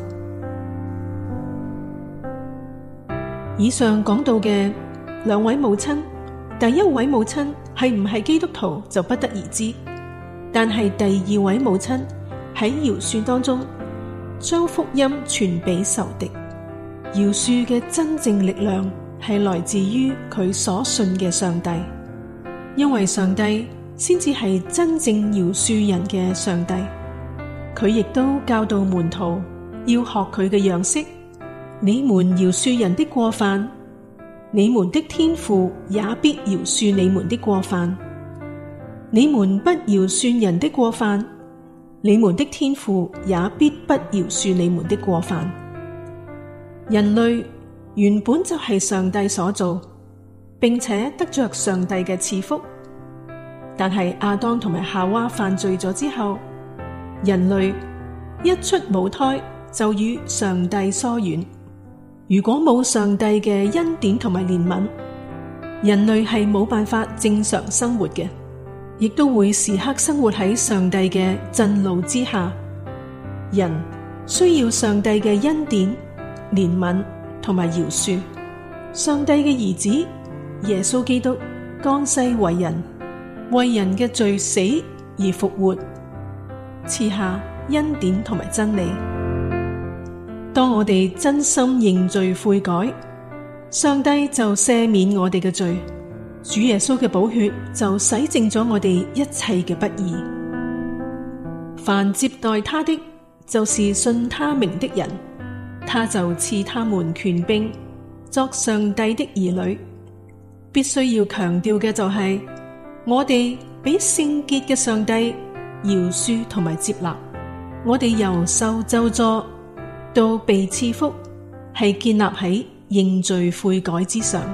以上講到嘅兩位母親，第一位母親係唔係基督徒就不得而知，但係第二位母親喺饒恕當中將福音傳俾仇敵。饒恕嘅真正力量係來自於佢所信嘅上帝，因為上帝先至係真正饒恕人嘅上帝。佢亦都教導門徒要學佢嘅樣式，你們饒恕人的過犯，你們的天父也必饒恕你們的過犯；你們不饒恕人的過犯，你們的天父也必不饒恕你們的過犯。人類原本就係上帝所造，並且得着上帝嘅賜福。但係亞當同埋夏娃犯罪咗之後，人類一出母胎就與上帝疏遠。如果冇上帝嘅恩典同埋憐憫，人類係冇辦法正常生活嘅，亦都會時刻生活喺上帝嘅震怒之下。人需要上帝嘅恩典、憐憫同埋饒恕。上帝嘅兒子耶穌基督降世為人，為人嘅罪死而復活，賜下恩典同埋真理。當我哋真心認罪悔改，上帝就赦免我哋嘅罪，主耶穌嘅寶血就洗淨咗我哋一切嘅不義。凡接待他的，就是信他名的人，他就賜他們權柄，作上帝的兒女。必須要強調嘅就係，我哋俾聖潔嘅上帝饒恕同埋接納，我哋由受咒詛到被賜福，係建立喺認罪悔改之上。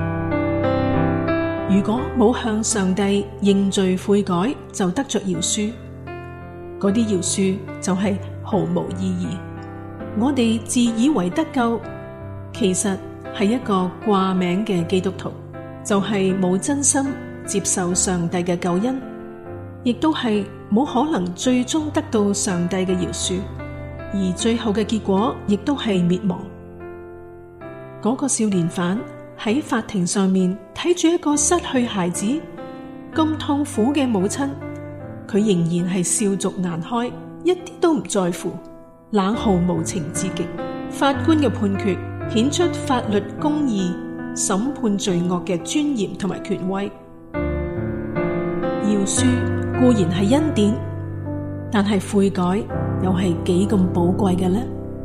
如果冇向上帝認罪悔改，就得着饒恕，嗰啲饒恕就係毫無意義。我哋自以為得救，其實係一個掛名嘅基督徒，就係冇真心接受上帝嘅救恩，亦都係冇可能最終得到上帝嘅饒恕，而最後嘅結果亦都係滅亡。嗰個少年犯喺法庭上面睇住一個失去孩子咁痛苦嘅母親，佢仍然係笑逐顏開，一啲都唔在乎，冷酷無情至極。法官嘅判決顯出法律公義審判罪惡嘅尊嚴同埋權威。饒恕固然係恩典，但係悔改又係幾咁寶貴嘅呢？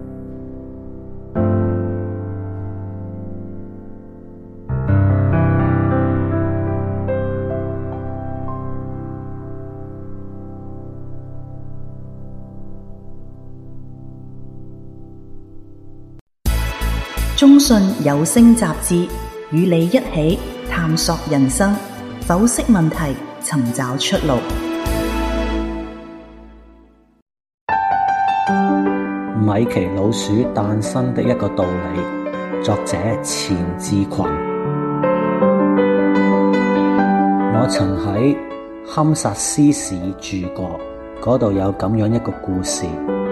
中信有聲雜誌，與你一起探索人生，剖析問題，尋找出路。 米奇老鼠誕生的一個道理，作者錢志群。我曾喺堪薩斯市住過，嗰度有咁樣一個故事。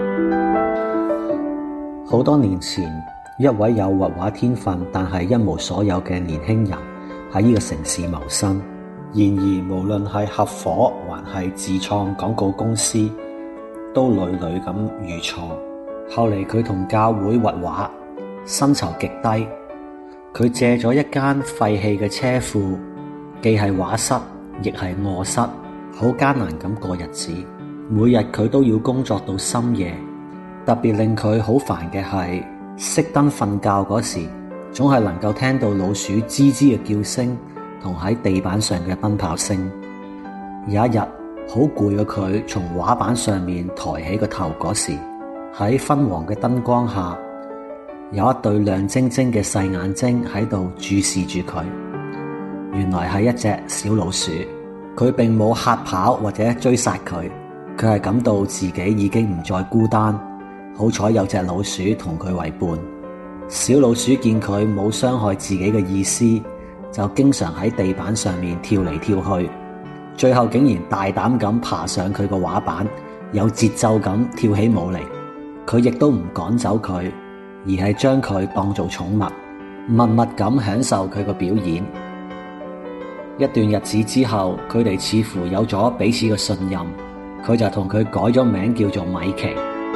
好多年前，一位有畫畫天分但係一無所有嘅年輕人喺呢個城市謀生。然而無論係合夥還係自創廣告公司，都屢屢咁遇挫。後嚟佢同教會畫畫，薪酬極低。佢借咗一間廢棄嘅車庫，既係畫室亦係臥室，好艱難咁過日子。每日佢都要工作到深夜。特別令佢好煩嘅係，熄燈瞓覺嗰時，總係能夠聽到老鼠吱吱嘅叫聲同喺地板上嘅奔跑聲。有一日好攰嘅佢從畫板上面抬起個頭嗰時，喺昏黃嘅燈光下，有一對亮晶晶嘅細眼睛喺度注視住佢。原來係一隻小老鼠。佢並冇嚇跑或者追殺佢，佢係感到自己已經唔再孤單。好彩有隻老鼠同佢為伴。小老鼠見佢冇傷害自己嘅意思，就經常喺地板上面跳嚟跳去，最後竟然大膽咁爬上佢個畫板，有節奏咁跳起舞嚟。 佢亦都唔趕走佢，而係將佢當做寵物，默默咁享受佢個表演。一段日子之後，佢哋似乎有咗彼此嘅信任，佢就同佢改咗名叫做米奇。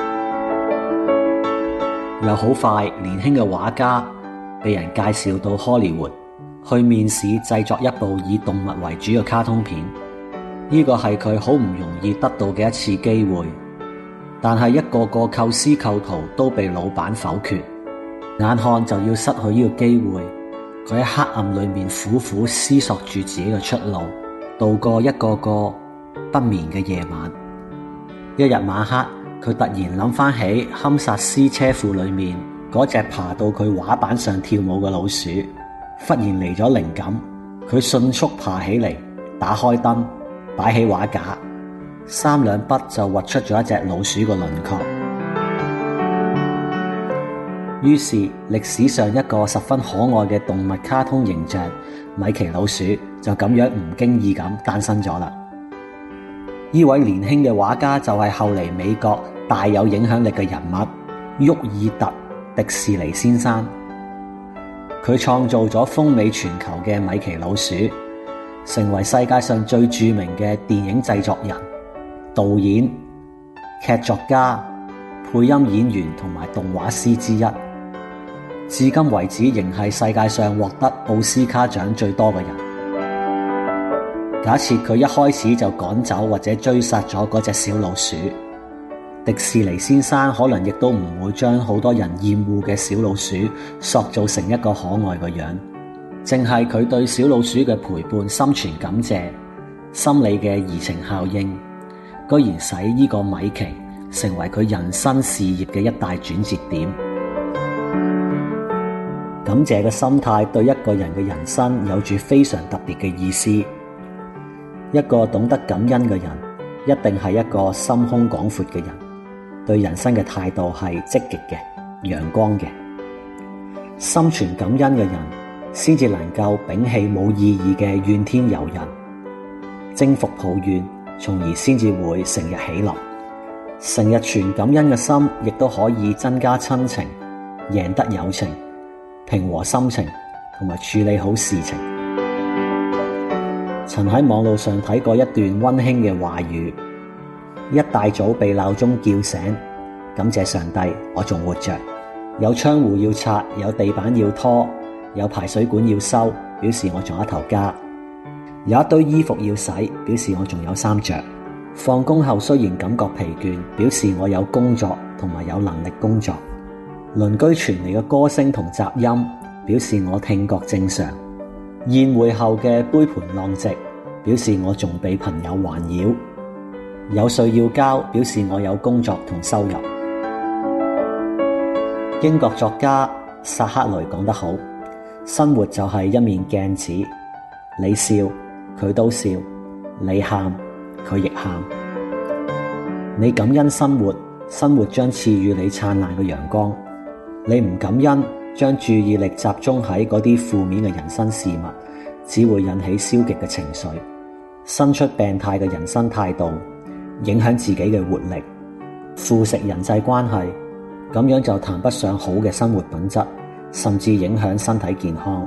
又好快，年輕嘅畫家被人介紹到荷里活去面試製作一部以動物為主嘅卡通片。呢個係佢好唔容易得到嘅一次機會，但係一個個構思構圖都被老闆否決，眼看就要失去呢個機會，佢喺黑暗裏面苦苦思索住自己嘅出路，度過一個個不眠嘅夜晚。一日晚黑，佢突然諗翻起堪薩斯車庫裏面嗰隻爬到佢畫板上跳舞嘅老鼠，忽然嚟咗靈感，佢迅速爬起嚟，打開燈，擺起畫架，三兩筆就畫出咗一隻老鼠嘅輪廓。於是歷史上一個十分可愛嘅動物卡通形象米奇老鼠就咁樣唔經意咁誕生咗啦。呢位年輕嘅畫家就係後嚟美國大有影響力嘅人物沃爾特迪士尼先生。佢創造咗風靡全球嘅米奇老鼠，成為世界上最著名嘅電影製作人、導演、劇作家、配音演員同埋動畫師之一。至今為止仍係世界上獲得奧斯卡獎最多嘅人。假設佢一開始就趕走或者追殺咗嗰隻小老鼠，迪士尼先生可能亦都唔會將好多人厭惡嘅小老鼠塑造成一個可愛嘅樣。正係佢對小老鼠嘅陪伴心存感謝，心理嘅移情效應，居然使呢個米奇成為佢人生事業嘅一大轉折點。感謝嘅心態對一個人嘅人生有住非常特別嘅意思。一個懂得感恩嘅人，一定係一個心胸廣闊嘅人，對人生嘅態度係積極嘅、陽光嘅。心存感恩嘅人，先至能夠摒棄冇意義嘅怨天尤人，征服抱怨，從而先至會成日喜樂。成日存感恩嘅心，亦都可以增加親情，贏得友情，平和心情，同埋處理好事情。曾喺網路上睇過一段溫馨嘅話語：一大早被鬧鐘叫醒，感謝上帝，我仲活着。有窗戶要拆，有地板要拖，有排水管要修，表示我仲有一頭家。有一堆衣服要洗，表示我仲有衫着。放工後雖然感覺疲倦，表示我有工作同埋有能力工作。鄰居傳嚟嘅歌聲同雜音，表示我聽覺正常。宴會後嘅杯盤狼藉，表示我仲被朋友環繞。有稅要交，表示我有工作同收入。英國作家薩克雷講得好，生活就係一面鏡子，你笑佢都笑，你喊佢亦喊。你感恩生活，生活將賜予你燦爛嘅陽光；你唔感恩，將注意力集中喺嗰啲負面嘅人生事物，只會引起消極嘅情緒，生出病態嘅人生態度，影響自己嘅活力，腐蝕人際關係，咁樣就談不上好嘅生活品質，甚至影響身體健康。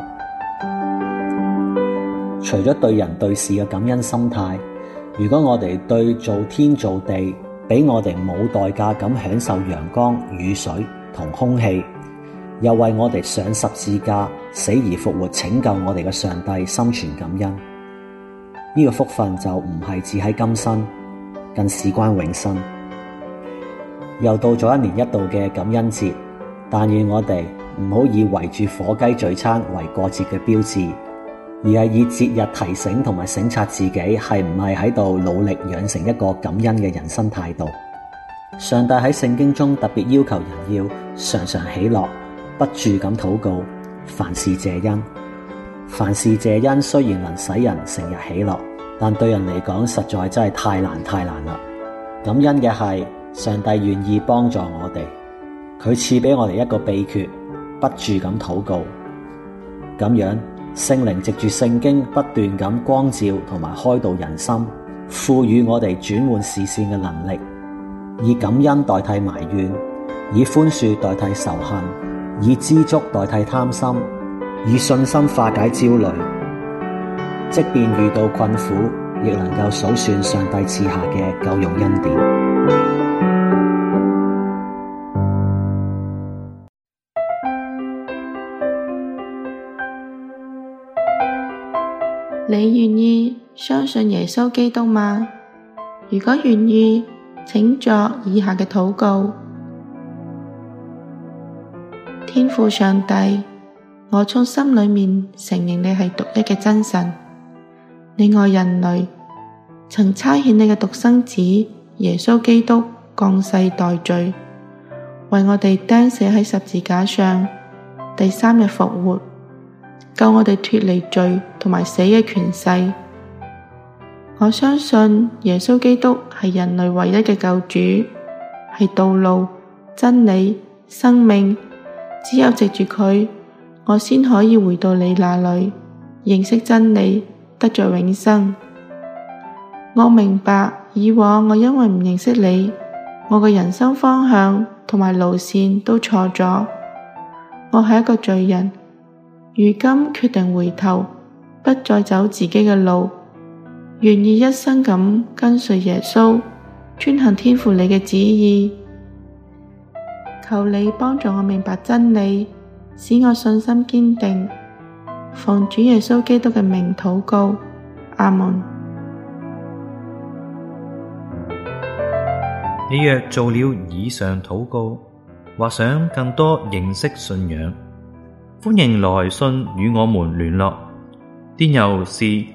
除咗對人對事嘅感恩心態，如果我哋對造天造地，俾我哋冇代價咁享受陽光、雨水同空氣，又為我哋上十字架死而復活拯救我哋嘅上帝心存感恩，呢個福分就唔係只喺今生，更事關永生。又到咗一年一度嘅感恩節，但願我哋唔好以圍住火雞聚餐為過節嘅標誌，而係以節日提醒同埋省察自己係唔係喺度努力養成一個感恩嘅人生態度。上帝喺聖經中特別要求人要常常喜樂，不住咁禱告，凡事謝恩。凡事謝恩雖然能使人成日喜樂，但對人嚟講實在真係太難啦。感恩嘅係上帝願意幫助我哋，佢賜俾我哋一個秘訣，不住咁禱告。咁樣聖靈藉住聖經不斷咁光照同埋開導人心，賦予我哋轉換視線嘅能力，以感恩代替埋怨， 以寬恕代替仇恨，以知足代替貪心，以信心化解焦慮。即便遇到困苦，亦能夠數算上帝賜下嘅夠用恩典。 你願意相信耶穌基督嗎？如果願意，請作以下嘅禱告。天父上帝，我從心裏面承認你係獨一嘅真神，你愛人類，曾差遣你嘅獨生子耶穌基督降世代罪，為我哋釘死喺十字架上，第三日復活，救我哋脫離罪同埋死嘅權勢。我相信耶穌基督係人類唯一嘅救主，係道路、真理、生命。只有藉住佢，我先可以回到你那裏，認識真理，得着永生。我明白以往我因為唔認識你，我嘅人生方向同埋路線都錯咗。我係一個罪人，如今決定回頭，不再走自己嘅路，願意一生咁跟隨耶穌，遵行天父你嘅旨意。求你幫助我明白真理，使我信心堅定。奉主耶穌基督嘅名禱告，阿門。 你若做了以上禱告，或想更多認識信仰，歡迎來信與我們聯絡。電郵是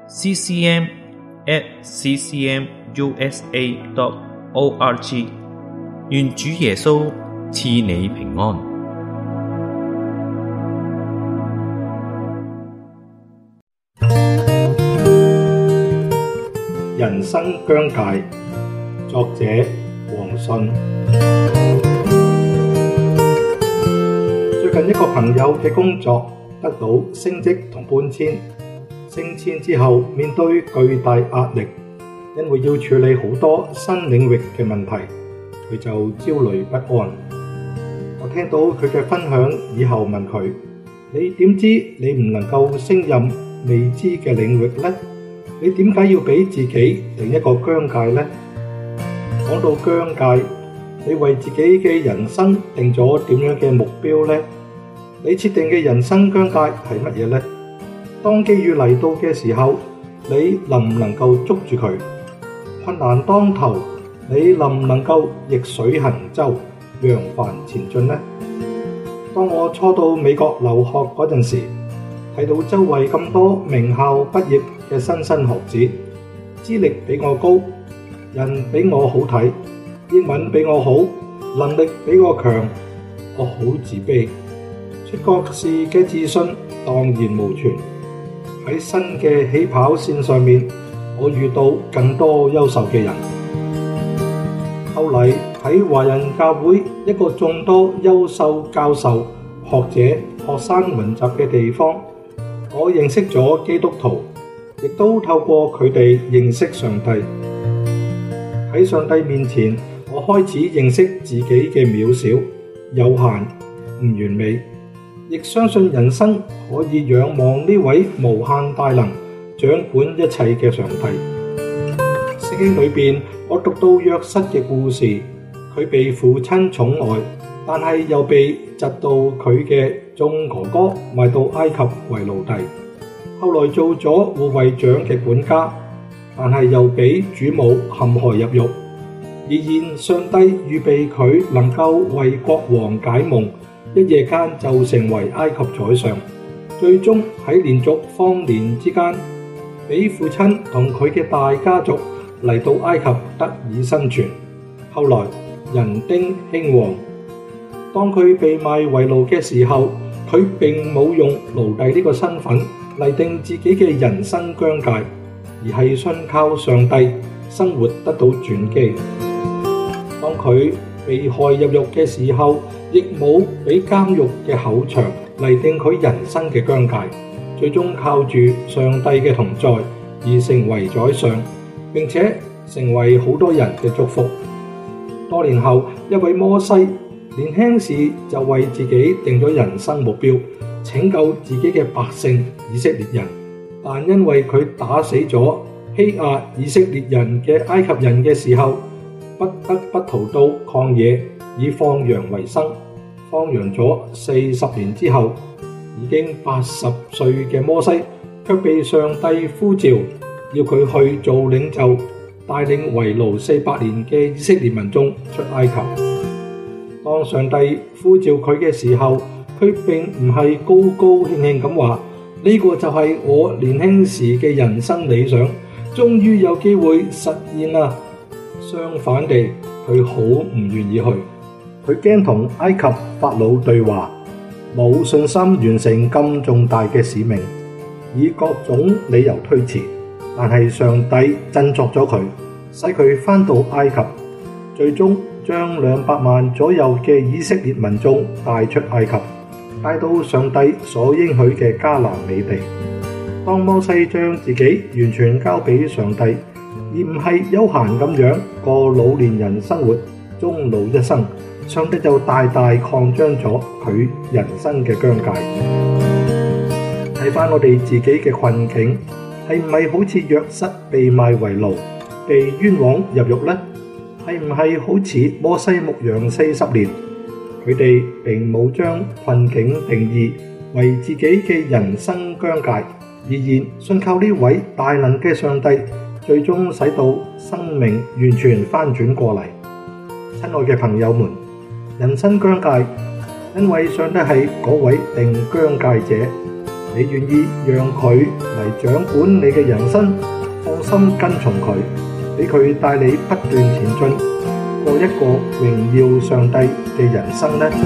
ccm@ccmusa.org。願主耶穌賜你平安。 人生疆界，作者黃信。最近一個朋友嘅工作得到升職同搬遷，升遷之後面對巨大壓力，因為要處理好多新領域嘅問題，佢就焦慮不安。我聽到佢嘅分享以後問佢：你點知你唔能夠勝任未知嘅領域呢？你點解要俾自己定一個疆界呢？講到疆界，你為自己嘅人生定咗點樣嘅目標呢？你設定嘅人生疆界係乜嘢呢？當機遇嚟到嘅時候，你能唔能夠捉住佢？困難當頭，你能唔能夠逆水行舟，揚帆前進呢？當我初到美國留學嗰陣時，睇到周圍咁多名校畢業嘅莘莘學子，資歷比我高，人比我好睇，英文比我好，能力比我強，我好自卑，出國時嘅自信蕩然無存。喺新嘅起跑線上面，我遇到更多優秀嘅人。後嚟喺華人教會一個眾多優秀教授、學者、學生雲集嘅地方，我認識咗基督徒，亦都透過佢哋認識上帝。喺上帝面前，我開始認識自己嘅渺小、有限、唔完美，亦相信人生可以仰望呢位無限大能、掌管一切嘅上帝。聖經裏邊，我讀到約瑟嘅故事，佢被父親寵愛，但係又被嫉妒佢嘅眾哥哥賣到埃及為奴隸，後來做咗護衛長嘅管家，但係又俾主母陷害入獄。然而上帝預備佢能夠為國王解夢，一夜間就成為埃及宰相，最終喺連續荒年之間，俾父親同佢嘅大家族嚟到埃及得以生存。後來人丁興旺，當佢被賣為奴嘅時候，佢並冇用奴隸呢個身份嚟定自己嘅人生疆界，而係信靠上帝，生活得到轉機。當佢被害入獄嘅時候，亦冇俾監獄嘅口牆嚟定佢人生嘅疆界，最終靠住上帝嘅同在而成為宰相，並且成為好多人嘅祝福。多年後，一位摩西年輕時就為自己定咗人生目標，拯救自己嘅百姓以色列人，但因為佢打死咗欺壓以色列人嘅埃及人嘅時候，不得不逃到曠野以放羊為生。放羊咗40年之後，已經80歲嘅摩西卻被上帝呼召，要佢去做領袖，帶領為奴400年嘅以色列民眾出埃及。當上帝呼召佢嘅時候，佢並唔係高高興興咁話，呢個就係我年輕時嘅人生理想，終於有機會實現啦。相反地，佢好唔願意去，佢驚同埃及法老對話，冇信心完成咁重大嘅使命，以各種理由推遲。但係上帝振作咗佢，使佢返到埃及，最終將200萬左右嘅以色列民眾帶出埃及，帶到上帝所應許嘅迦南美地。當摩西將自己完全交俾上帝，而唔係悠閒咁樣過老年人生活，終老一生，上帝就大大擴張咗佢人生嘅疆界。睇返我哋自己嘅困境，係唔係好似約瑟被賣為奴，被冤枉入獄呢？係唔係好似摩西牧羊40年，佢哋並冇將困境定義為自己嘅人生疆界，而然信靠呢位大能嘅上帝，最終使到生命完全翻轉過嚟。親愛嘅朋友們，人生疆界，因為上帝係嗰位定疆界者，你願意讓佢嚟掌管你嘅人生，放心跟從佢，俾佢帶你不斷前進，過一個榮耀上帝嘅人生呢？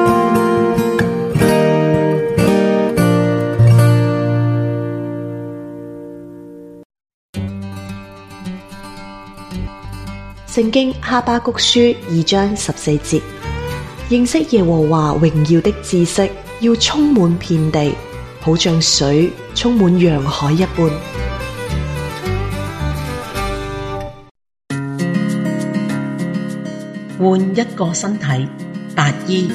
聖經哈巴谷書2章14節，認識耶和華榮耀的知識要充滿遍地，好像水充滿洋海一般。 換一個身體，白衣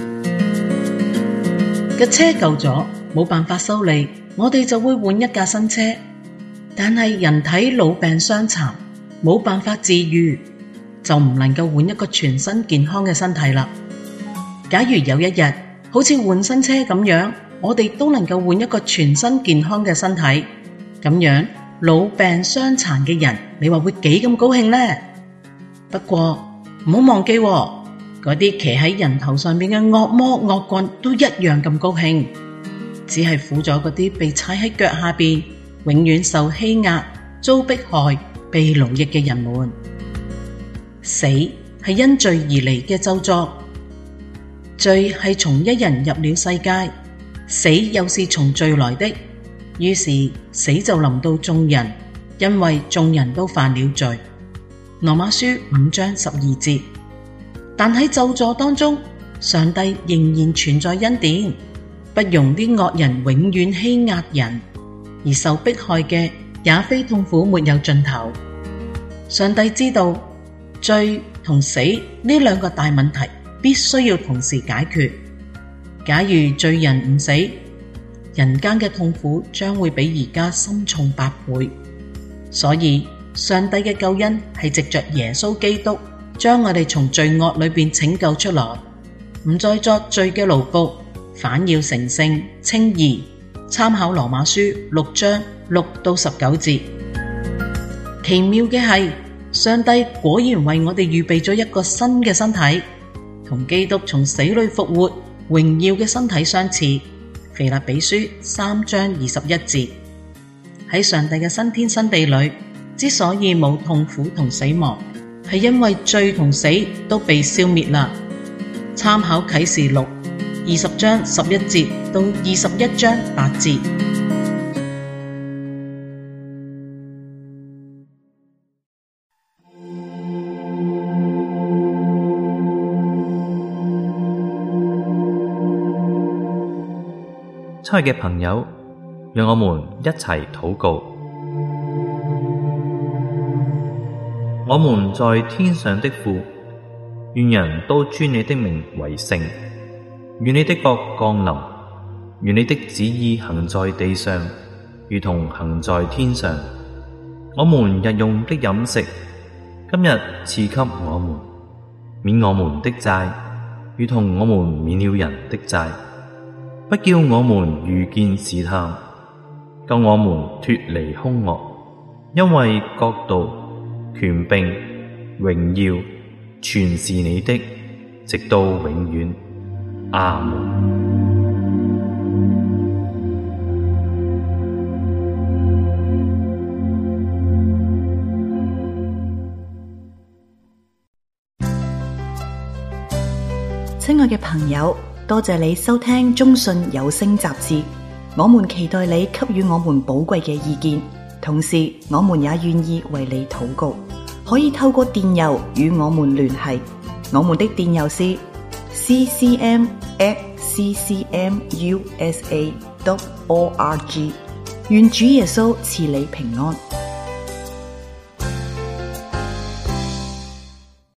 嘅車舊咗，冇辦法修理，我哋就會換一架新車。但係人體老病傷殘，冇辦法治癒，就唔能夠換一個全新健康嘅身體啦。假如有一日，好似換新車咁樣，我哋都能夠換一個全新健康嘅身體，咁樣老病傷殘嘅人，你話會幾咁高興呢？不過唔好忘記，嗰啲騎喺人頭上邊嘅惡魔惡棍都一樣咁高興，只係苦咗嗰啲被踩喺腳下邊，永遠受欺壓、遭迫害、被奴役嘅人們。死係因罪而嚟嘅咒詛，罪係從一人入了世界，死又是從罪來的，於是死就臨到眾人，因為眾人都犯了罪。羅馬書5章12節。但喺咒詛當中，上帝仍然存在恩典，不容啲惡人永遠欺壓人，而受迫害嘅也非痛苦沒有盡頭。上帝知道罪同死呢兩個大問題必須要同時解決。假如罪人唔死，人間嘅痛苦將會比而家深重8倍。所以上帝嘅救恩係藉着耶穌基督，將我哋從罪惡裏邊拯救出來，唔再作罪嘅奴僕，反要成聖稱義。參考羅馬書6章6到19節。奇妙嘅係，上帝果然為我哋預備咗一個新嘅身體，同基督從死裏復活榮耀嘅身體相似。腓立比書3章21節。喺上帝嘅新天新地裏，之所以冇痛苦同死亡，係因為罪同死都被消滅啦。參考啟示錄20章11節到21章8節。 親愛嘅朋友，讓我們一齊禱告。我們在天上的父， 願人都尊你的名為聖。願你的國降臨，願你的旨意行在地上，如同行在天上。我們日用的飲食，今日賜給我們，免我們的債，如同我們免了人的債。不叫我們遇見試探，救我們脫離兇惡。因為國度、權柄、榮耀，全是你的，直到永遠。阿門。 親愛嘅朋友，多謝你收聽中信有聲雜誌，我們期待你給予我們寶貴嘅意見，同時我們也願意為你禱告。可以透過電郵與我們聯繫，我們的電郵是 ccm@ccmusa.org。願主耶穌賜你平安。